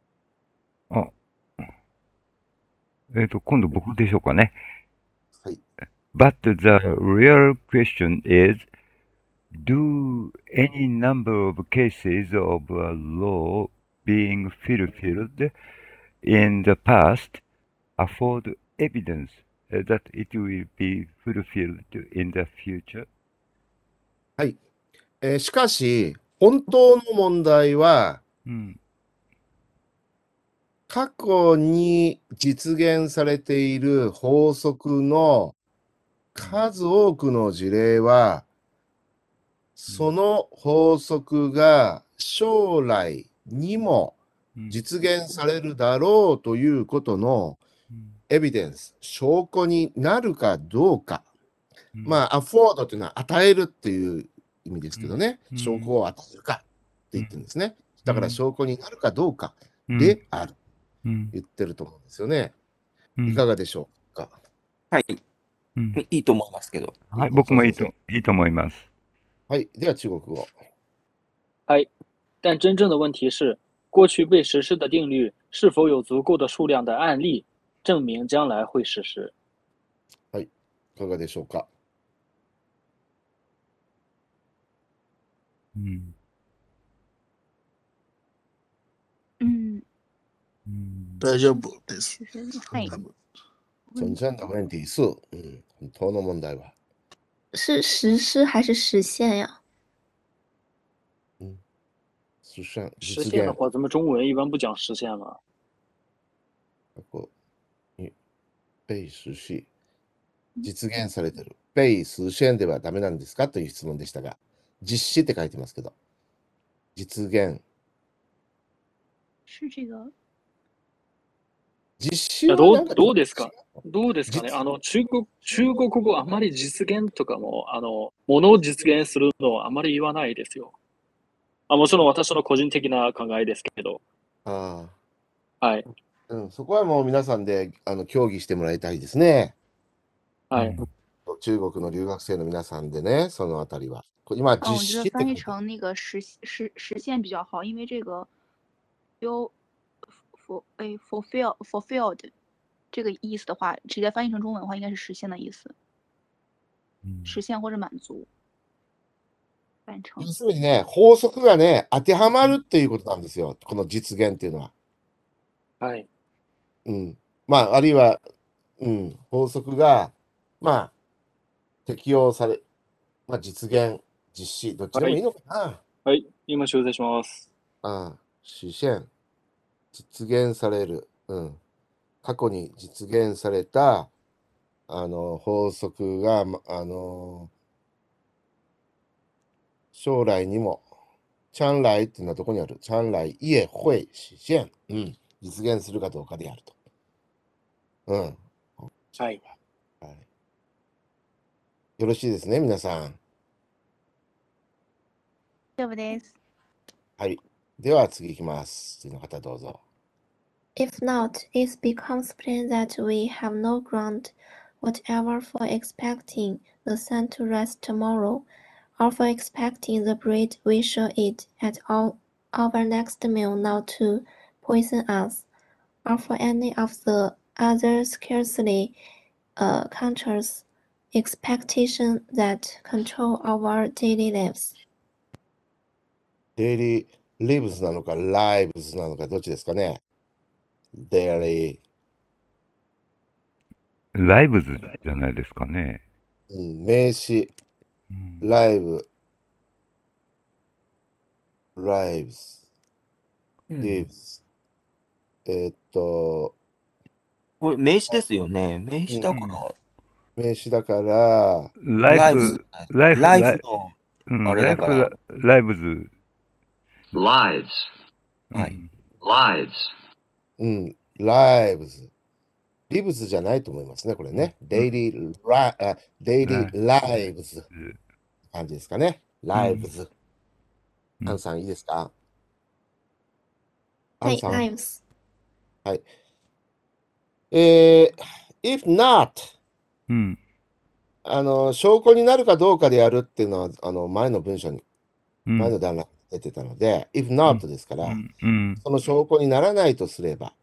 今度僕でしょうかね。 はい。 But the real question is, do any number of cases of a law being fulfilled in the past afford evidence that it will be fulfilled in the future? はい。しかし、本当の問題は、過去に実現されている法則の数多くの事例は、その法則が将来にも実現されるだろうということのエビデンス、証拠になるかどうか。まあ、アフォードというのは与えるっていう意味ですけどね、証拠を与えるかって言ってるんですね。だから証拠になるかどうかである。言ってると思うんですよね。いかがでしょうか。 はい。いいと思いますけど。 はい、僕もいいと思います。 はい、では中国語。 はい。但真正的问题是，过去被实施的定律是否有足够的数量的案例证明将来会实施？ はい、いかがでしょうか。 大丈夫です。 はい。 真正的问题是，本当の問題は。 是实施还是实现呀？ 实现。 实现的话，咱们中文一般不讲实现吗？ 被实施。実現されてる。被实現ではダメなんですかという質問でしたが、実施って書いてますけど、実現。 是这个。 実施はなんかどうですかね。中国語あまり実現とかも、ものを実現するのはあまり言わないですよ。もちろん私の個人的な考えですけど。 はい。そこはもう皆さんで協議してもらいたいですね。 はい。 中国の留学生の皆さんでね、そのあたりは。今、実施って翻译成那个实现比较好，因为这个fulfilled 这个意思的话，直接翻译成中文的话，应该是实现的意思。实現或者滿足。 要するにね、法則がね、当てはまるっていうことなんですよ。この実現っていうのは。 はい。 まあ、あるいは、法則が、まあ、適用され、まあ、実現、実施、どっちでもいいのかな。 はい、今修正します。 实現、実現される。過去に実現された、法則が、将来にも、将来っていうのはどこにある？将来也会实現。実現するかどうかであると。 はい。 よろしいですね、皆さん。 大丈夫です。 はい。では次いきます。次の方どうぞ。 If not, it becomes plain that we have no ground whatever for expecting the sun to rise tomorrow, or for expecting the bread we shall eat at our next meal not to poison us, or for any of the other scarcely conscious expectations that control our daily lives. daily lives なのか lives なのかどっちですかね。daily ライブズじゃないですかね。 名詞、ライブ、lives、lives。 これ名詞ですよね。名詞だから。 名詞だから、 ライフ、 ライフの、あれだから。 ライブズ。 lives。 はい。 lives。 lives。リブズじゃないと思いますね、これね。daily lives 感じですかね。lives。アンさんいいですか？ はい、lives。 はい。if not、証拠になるかどうかでやるっていうのは、前の文章に、前の段落に出てたので、if not ですから、その証拠にならないとすれば、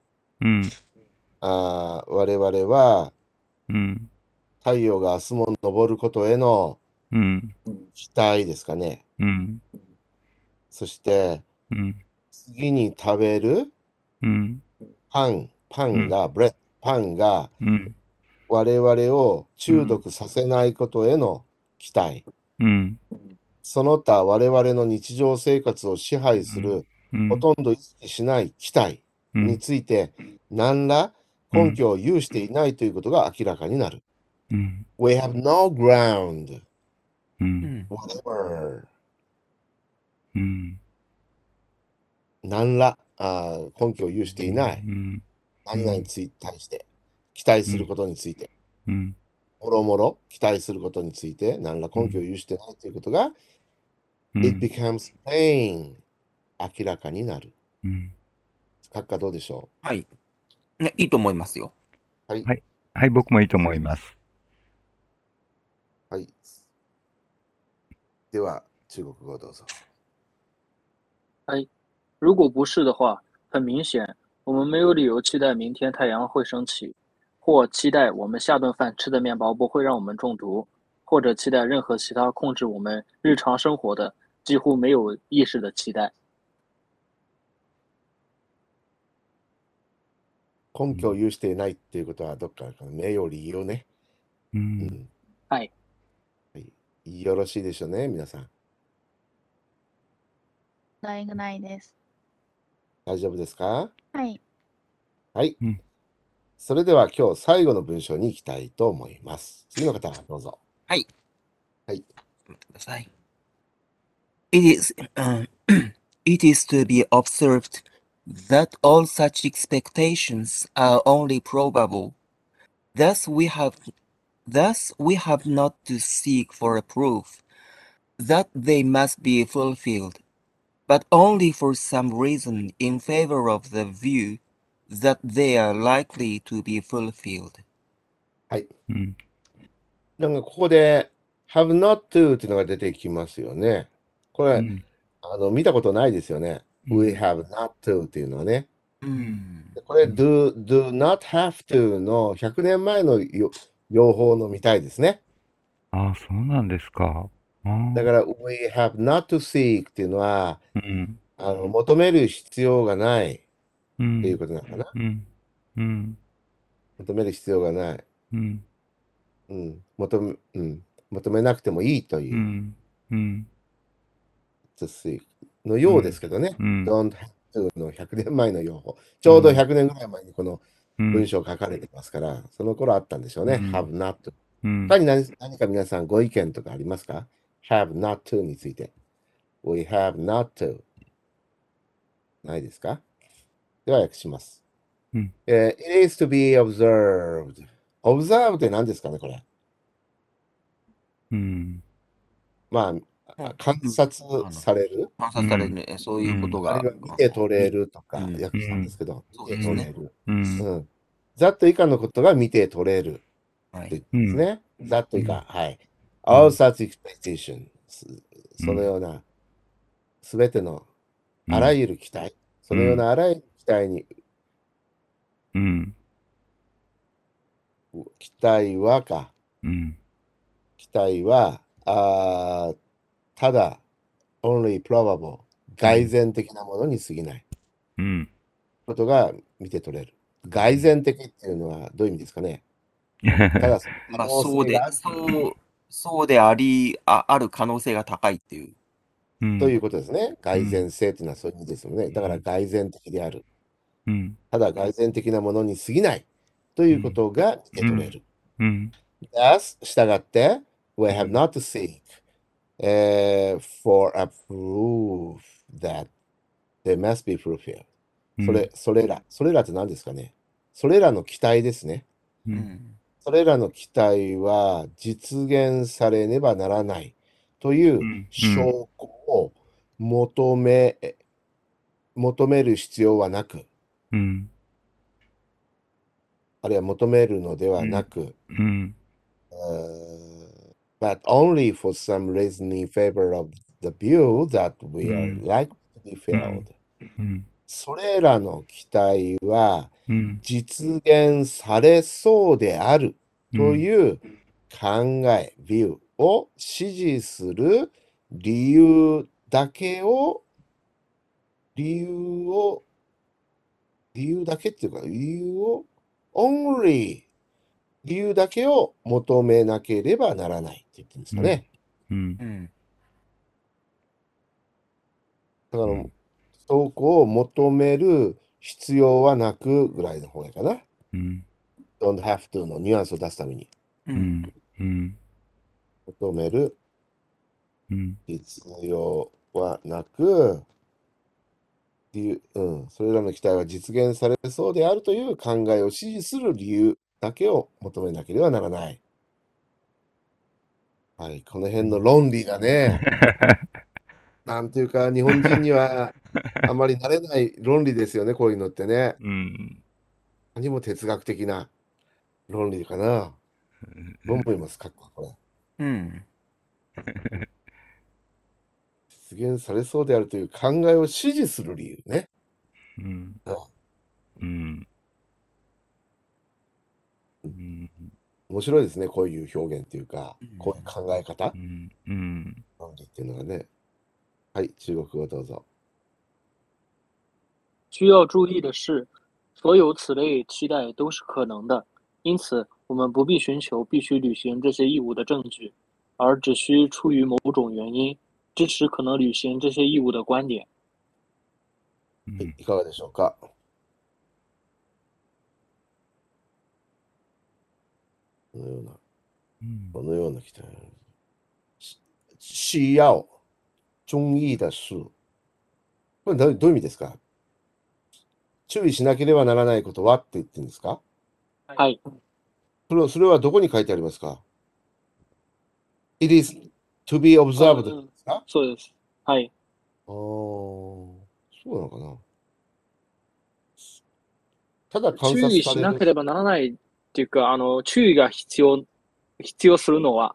我々は、太陽が明日も昇ることへの期待ですかね。そして、次に食べるパンが、我々を中毒させないことへの期待。その他我々の日常生活を支配する、ほとんど意識しない期待について、何ら根拠を有していないということが明らかになる。We have no ground. Whatever. 何ら根拠を有していない。何々に対して、期待することについて。もろもろ期待することについて、何ら根拠を有してないということが、It becomes plain. 明らかになる。閣下どうでしょう？はい。ね、いいと思いますよ。 はい。 はい、僕もいいと思います。 はい。では、中国語どうぞ。 はい。如果不是的话，很明显，我们没有理由期待明天太阳会升起，或期待我们下顿饭吃的面包不会让我们中毒，或者期待任何其他控制我们日常生活的几乎没有意识的期待。 根拠を有していないっていうことは、どっか名誉理由ね。 はい。 よろしいでしょうね、皆さん。 ないです。 大丈夫ですか？ はい。 はい。それでは今日最後の文章に行きたいと思います。次の方、どうぞ。 はい。 はい。 待ってください。It is to be observed that all such expectations are only probable. Thus we have not to seek for a proof that they must be fulfilled, but only for some reason in favor of the view that they are likely to be fulfilled. はい。なんかここで have not to っていうのが出てきますよね。これ、見たことないですよね。We have not to っていうのはね。これ、do not have to の100年前の用法のみたいですね。 ああ、そうなんですか。 だから、we have not to seek っていうのは、求める必要がないっていうことなのかな。求める必要がない。求めなくてもいいという。to seek のようですけどね。don't have to の100年前の用法。ちょうど100年ぐらい前にこの文章書かれてますから、その頃あったんでしょうね。have not to。他に何か皆さんご意見とかありますか？ have not to について。We have not to。ないですか？では訳します。It is to be observed。observe って何ですかね、これ。まあ、観察される。 観察されるね、そういうことが。 あるいは見て取れるとか訳したんですけど、見て取れる。ざっと以下のことが見て取れる。ですね。ざっと以下。はい。All such expectations。そのような、すべてのあらゆる期待。そのようなあらゆる期待に、期待はか。期待は、ただ、only probable。 外然的なものに過ぎないうん。 ことが見て取れる。外然的っていうのはどういう意味ですかね。ただ、 まあ、そうである可能性が高いっていう。 ということですね。外然性というのはそういう意味ですよね。だから外然的である。ただ外然的なものに過ぎないということが見て取れる。Thus、従って、we have not to seek、for a proof that they must be fulfilled。それらって何ですかね。それらの期待ですね。それらの期待は実現されねばならないという証拠を求める必要はなく、あるいは求めるのではなく、but only for some reason in favor of the view that we are likely to be filled。それらの期待は実現されそうであるという考え、ビューを支持する理由だけを、理由だけっていうか、only 理由だけを求めなければならないって言ってるんですかね。だから、証拠を求める必要はなくぐらいの方がかな。don't have to のニュアンスを出すために。求める必要はなく、それらの期待は実現されそうであるという考えを支持する理由だけを求めなければならない。はい、この辺の論理がね、なんていうか、日本人にはあまり慣れない論理ですよね、こういうのってね。何も哲学的な論理かな。どう思いますか、これ。実現されそうであるという考えを支持する理由ね。面白いですね、こういう表現っていうか、こういう考え方。論理っていうのがね。はい、中国語どうぞ。 需要注意的是，所有此类期待都是可能的，因此我们不必寻求必须履行这些义务的证据，而只需出于某种原因支持可能履行这些义務的观点。 いかがでしょうか。このような期待。需要中意的事。これどういう意味ですか。注意しなければならないことはって言ってるんですか。 はい。 それはどこに書いてありますか。It is to be observed ですか。 そうです。はい。 そうなのかな。ただ観察注意しなければならないっていうか、注意が必要するのは。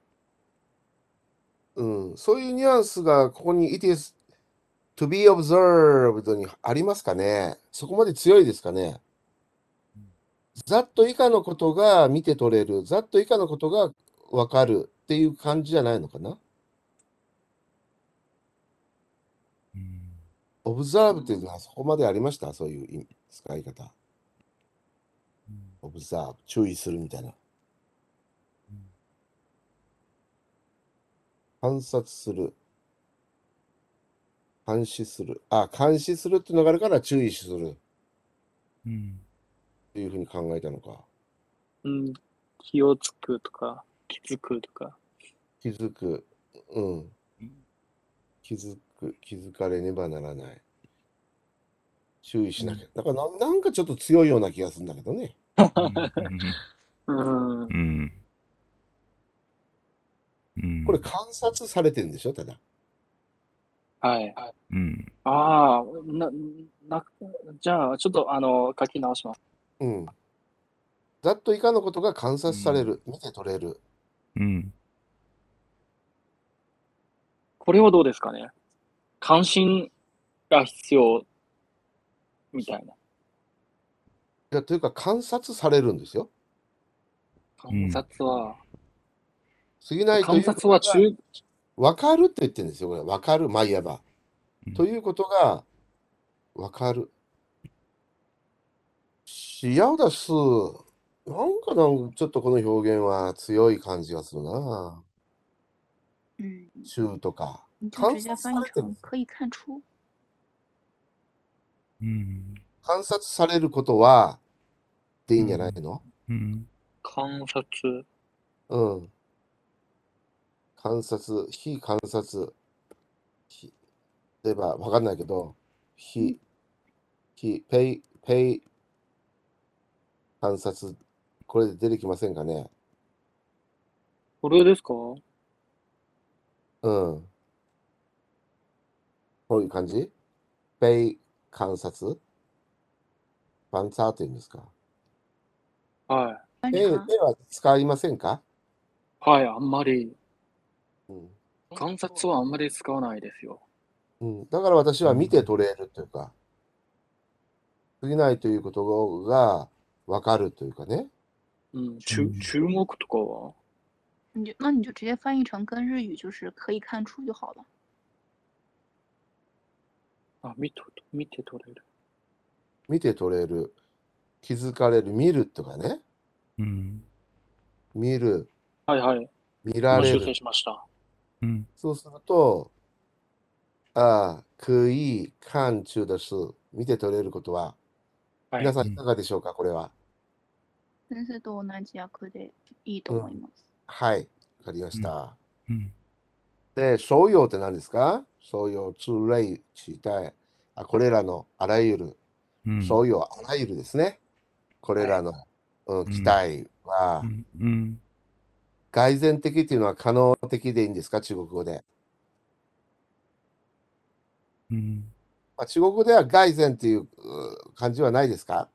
そういうニュアンスがここに It is to be observed にありますかね。そこまで強いですかね。ざっと以下のことが見て取れる、ざっと以下のことがわかるっていう感じじゃないのかな。observe っていうのはそこまでありました。そういう使い方。observe、注意するみたいな。観察する。監視する。監視するっていうのがあるから注意する。っていうふうに考えたのか。 気をつくとか、気づくとか。 気づく。気づかれねばならない。注意しなきゃ。だからなんかちょっと強いような気がするんだけどね。これ観察されてるんでしょ、ただ。 はい。じゃあ、ちょっと書き直します。 ざっと以下のことが観察される、見て取れる。 これはどうですかね。関心が必要みたいな。 いや、というか観察されるんですよ。 観察は。 過ぎないということが分かるって言ってるんですよ、これ。分かる、まあ言えば。 ということがわかる。しやだす。なんかちょっとこの表現は強い感じがするな。中とか。観察されてる。観察されることは、でいいんじゃないの？ 観察。 観察、非観察。例えば、わかんないけど、非、ペイ、観察、これで出てきませんかね？ これですか？ こういう感じ？ペイ、観察？パンツァーというんですか？ はい。 ペイは使いませんか？ はい、あんまり。観察はあんまり使わないですよ。 だから私は見て取れるというか、過ぎないということがわかるというかね。 注目とかは？ 那你就直接翻译成跟日语就是可以看出就好了。 あ、見て取れる。 見て取れる。気づかれる。見るとかね。見る。 はいはい。 見られる。 修正しました。 そうすると、可以看出的是、見て取れることは、皆さんいかがでしょうか、これは。 先生と同じ訳でいいと思います。 はい、わかりました。で、所有って何ですか？所有、诸類、期待。これらのあらゆる、所有、あらゆるですね。これらの、期待は、蓋然的っていうのは可能的でいいんですか？中国語で。中国語では蓋然っていう感じはないですか？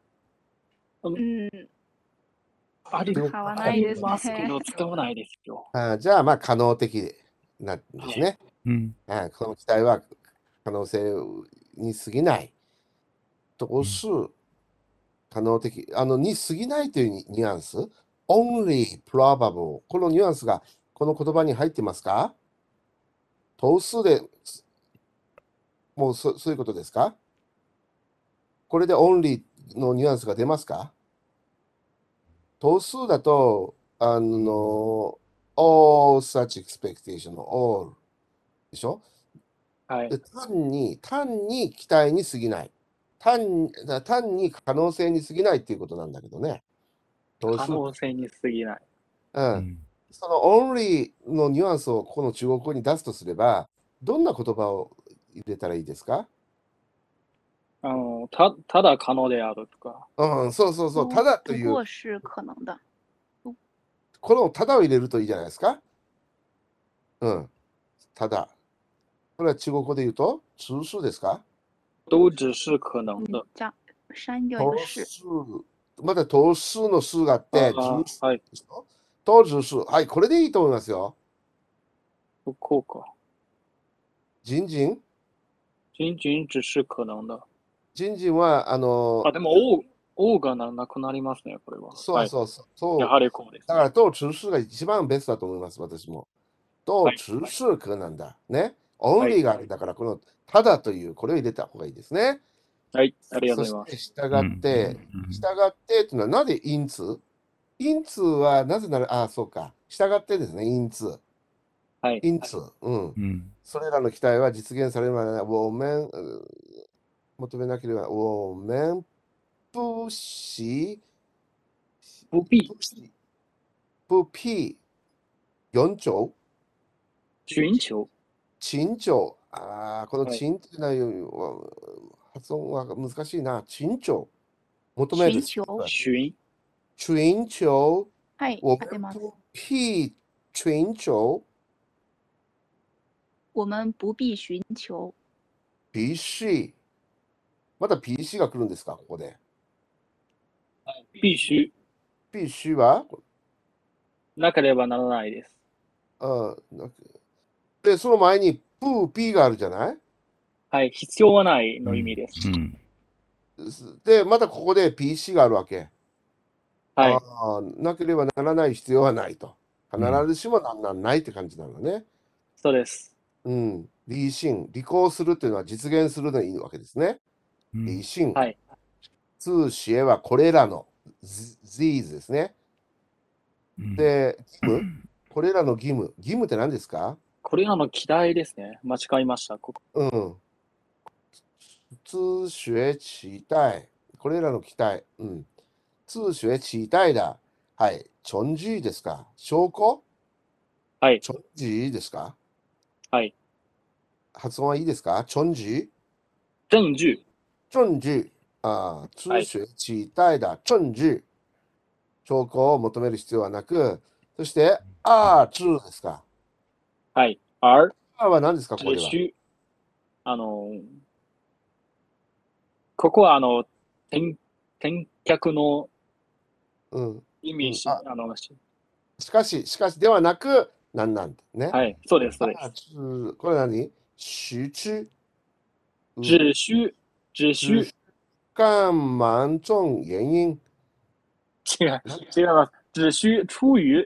ありますけど、使わないですよ。 じゃあ、可能的なんですね。この期待は可能性に過ぎない。とす、可能的。に過ぎないというニュアンス。only probable。このニュアンスがこの言葉に入ってますか？等数で、もうそういうことですか？これで only のニュアンスが出ますか？等数だと、all such expectation の all でしょ？ はい。 で単に期待に過ぎない。単に可能性に過ぎないっていうことなんだけどね。 可能性に過ぎない。 その only のニュアンスをこの中国語に出すとすれば、どんな言葉を入れたらいいですか？ ただ可能であるとか。 そう、ただという。このただを入れるといいじゃないですか。ただ。これは中国語で言うと、数数ですか？ 都只是可能的。 まだ等数の数があって、 はい。 都只是。はい、これでいいと思いますよ。 こうか。 仅仅只是可能的。 仅仅は、 でも、Oがなくなりますね、これは。 そう。 やはりこうです。 だから、都只是が一番ベストだと思います、私も。都只是可なんだ。ね。only があるんだから、このただという、これを入れた方がいいですね。 はい、ありがとうございます。 そして、従ってというのは、なぜ因此？因此はなぜなら、そうか。従ってですね、因此。 はい。 因此。それらの期待は実現されるまで、求めなければ、我们不必4兆尋求。 陳情。この陳っていうのは、発音は難しいな。陳情。求める。尋求。 はい、 我们不必尋求。 我们不必尋求。 必須。また PC が来るんですか、ここで。 必須。 必須はなければならないです。 で、その前にP があるじゃない？ はい、必要はないの意味です。 で、またここで PC があるわけ。 はい。 なければならない必要はないと。必ずしもなんないって感じなのね。 そうです。 理性、履行するというのは実現するのいいわけですね。理性。 はい。 通知はこれらの these ですね。で、義務これらの義務。義務って何ですか？ これらの期待ですね。間違いました。 うん。通学期待。これらの期待。うん。通学期待だ。はい。存字ですか？証拠？ はい。 存字ですか？ はい。 発音はいいですか？存字？ 证据。 证据。ああ、通学期待だ。证据。証拠を求める必要はなく、そして、ですか？ はい。而は何ですか、ここでは。 ここは、転脚の意味しかしではなく、なんね。 はい、そうです、そうです。 これ何？只需干满种原因。 違います。只需出於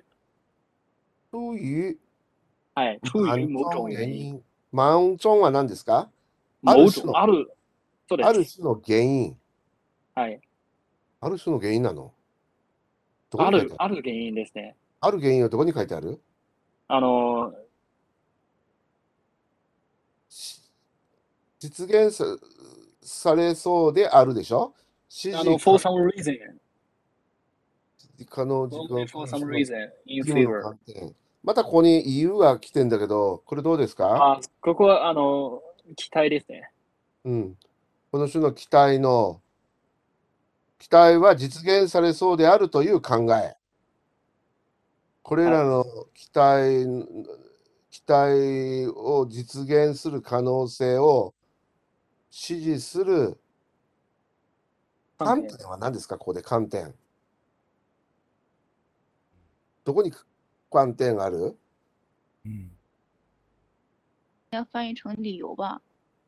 はい、出於某種原因。 満種は何ですか？ ある種の原因。 はい。 ある種の原因なの？ ある原因ですね。 ある原因はどこに書いてある？実現されそうであるでしょ？ for some reason. 可能時間 for some reason in 義務の favor. 観点。またここに EU が来てんだけど、これどうですか？ ここは、期待ですね。 うん。この種の期待は実現されそうであるという考え。これらの期待を実現する可能性を支持する観点は何ですか？ここで観点。どこに観点がある？ 要翻译成理由吧。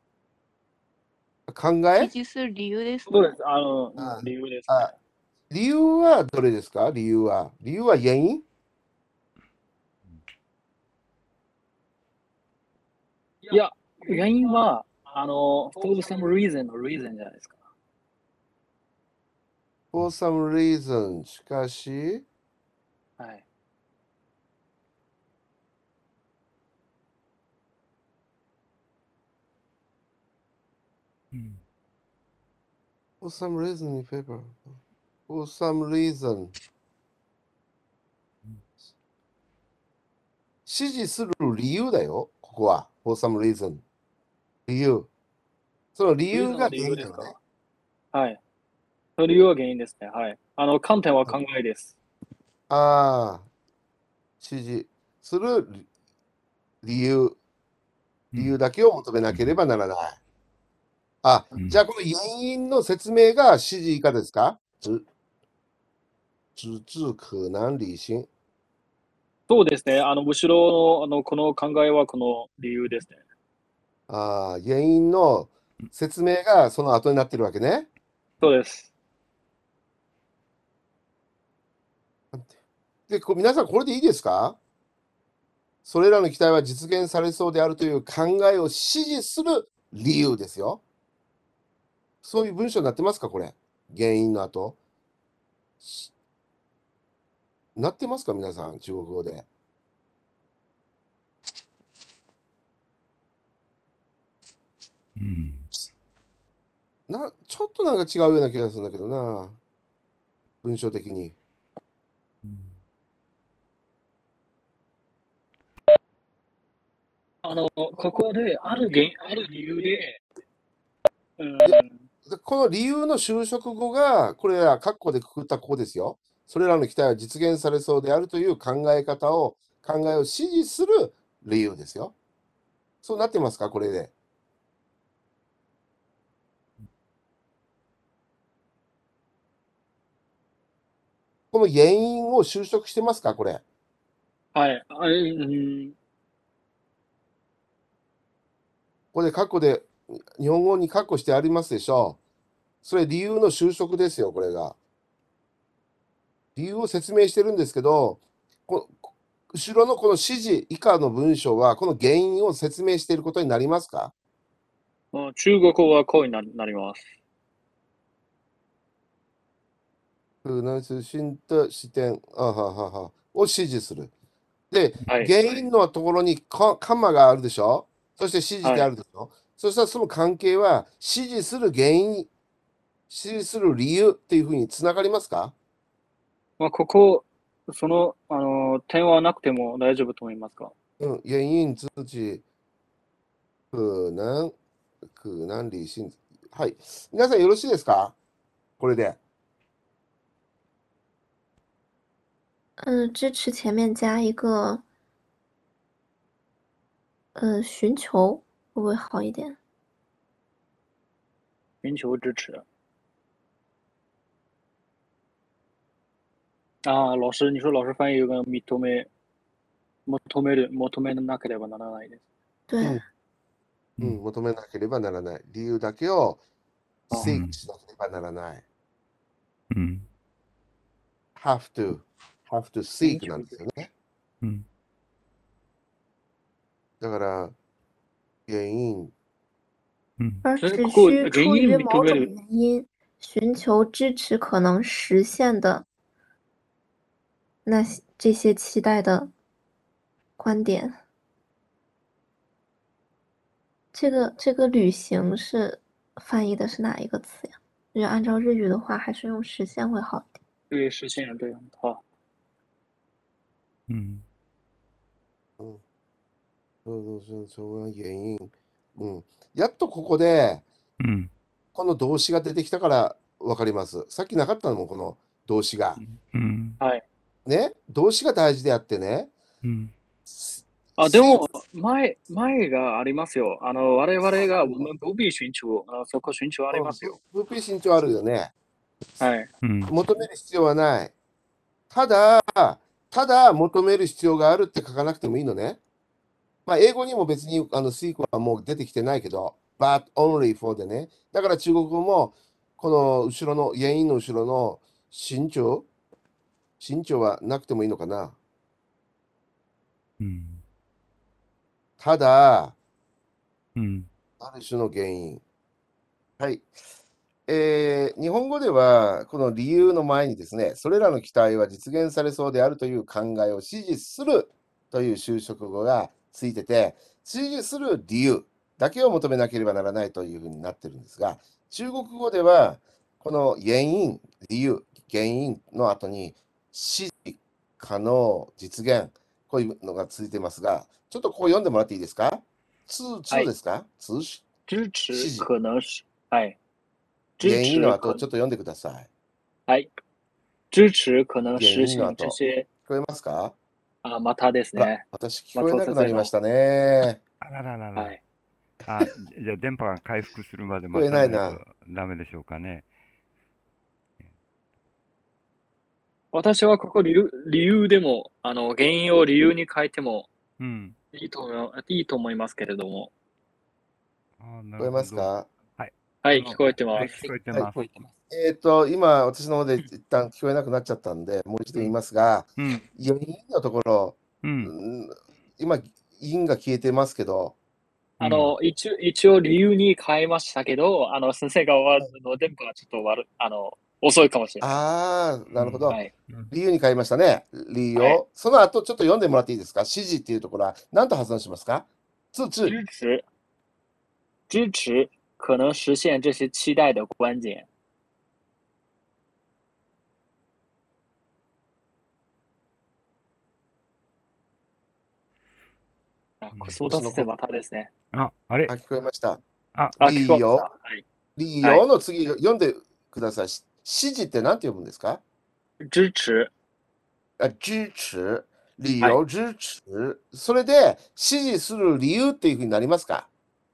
考え？ 支持する理由です。 そうです。理由ですね。 理由はどれですか？理由は原因？ いや、原因は、for some reason の reason じゃないですか。 for some reason しかし、 はい。 for some reason in favor. for some reason 支持する理由だよ、ここは。for some reason 理由。その理由が原因ですか？ はい。その理由は原因ですね。はい。観点は考えです。 支持する理由だけを求めなければならない。じゃあこの原因の説明が指示以下ですか？只可能理性。 そうですね。後ろの、この考えはこの理由ですね。 原因の説明がその後になってるわけね。 そうです。 で、皆さんこれでいいですか？それらの期待は実現されそうであるという考えを支持する理由ですよ。そういう文章になってますか？これ。原因の後。なってますか？皆さん、中国語で。ちょっとなんか違うような気がするんだけどな。文章的に。 ここである理由で、 この理由の修飾語が、これら、括弧でくくったここですよ。それらの期待は実現されそうであるという考えを支持する理由ですよ。そうなってますか？これで。この原因を修飾してますか？これ。 はい。 ここで括弧で、日本語に括弧してありますでしょう。それ理由の修飾ですよ、これが。理由を説明してるんですけど、 後ろのこの指示以下の文章は、この原因を説明していることになりますか？ 中国語はこうになります。 可能通信的視点を指示する。で、原因のところにカンマがあるでしょ。そして指示であるでしょ。そしたらその関係は指示する原因、指示する理由っていうふうにつながりますか？ ここ、その、点はなくても大丈夫と思いますか？ 原因、自己、可能、理性。はい。皆さんよろしいですか？これで。 支持前面加一个寻求会不会好一点？ 寻求支持。老师，你说老师翻译有个求めなければならないです。 对。 求めなければならない。理由だけをseekしなければならない。have to seek なんですよね。だから、原因。 而只需出于某种原因寻求支持可能实现的这些期待的观点。这个旅行是翻译的是哪一个词呀？就按照日语的话，还是用实现会好一点。 对，实现对，好。 その原因。やっとここで、この動詞が出てきたから分かります。さっきなかったのも、この動詞が。ね、動詞が大事であってね。 でも、前がありますよ。我々が不必尋求、そこ尋求ありますよ。 不必尋求あるよね。 はい。 求める必要はない。ただ求める必要があるって書かなくてもいいのね。英語にも別にseekはもう出てきてないけど、but only for でね。だから中国語も、この後ろの、原因の後ろの身長はなくてもいいのかな。ただ、ある種の原因。はい。日本語では、この理由の前にですね、それらの期待は実現されそうであるという考えを支持するという修飾語がついてて、支持する理由だけを求めなければならないというふうになってるんですが、中国語では、この原因、理由、原因の後に、支持、可能、実現、こういうのがついてますが、ちょっとここ読んでもらっていいですか？支ですか？ 支持、可能是、はい。 原因の後、ちょっと読んでください。 はい。支持可能实現这些。 聞こえますか？ またですね。 私、聞こえなくなりましたね。 あらららら。はい、じゃあ、電波が回復するまで待たないとダメでしょうかね。 私はここ理由でも、原因を理由に変えてもいいと思いますけれども。 聞こえますか？ はい、聞こえてます。 今、私の方で一旦聞こえなくなっちゃったんで、もう一度言いますが、原因のところ、今、因が消えてますけど、 一応理由に変えましたけど、先生側の電波がちょっと遅いかもしれない。 なるほど。理由に変えましたね。理由。その後、ちょっと読んでもらっていいですか？指示っていうところは、何と発音しますか？ 支持可能实现这些期待的观点。そうだってまたですね。 あれ？ 聞こえました。 理由。 理由の次、読んでください。指示って何て読むんですか？ 支持。 支持。理由、支持。それで、支持する理由っていうふうになりますか？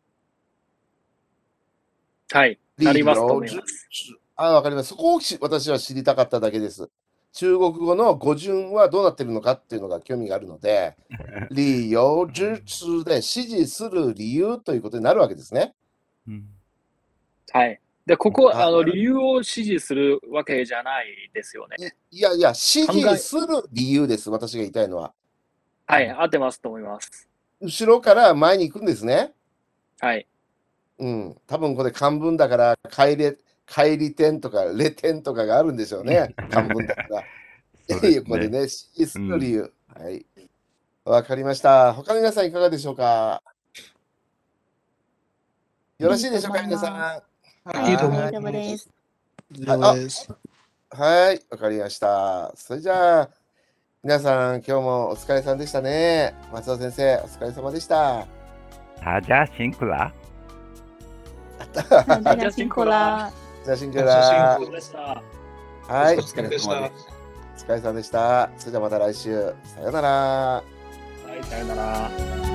はい。なりますと思います。 わかります。そこを私は知りたかっただけです。中国語の語順はどうなってるのかっていうのが興味があるので、理由、支持で支持する理由ということになるわけですね。 はい。で、ここ、理由を支持するわけじゃないですよね。 いや、支持する理由です。私が言いたいのは。 はい、合ってますと思います。 後ろから前に行くんですね。 はい。 多分これ漢文だから、帰り点とか、レ点とかがあるんでしょうね。漢文だから。これね、シースの理由。はい。わかりました。他の皆さんいかがでしょうか？よろしいでしょうか、皆さん。 いいと思います。 大丈夫です。 はい、わかりました。それじゃあ、皆さん、今日もお疲れさんでしたね。松尾先生、お疲れ様でした。 大家辛苦了。 大家辛苦了。 大家辛苦了。はい、 お疲れ様でした。 お疲れ様でした。それじゃあまた来週。さようなら。 はい、さようなら。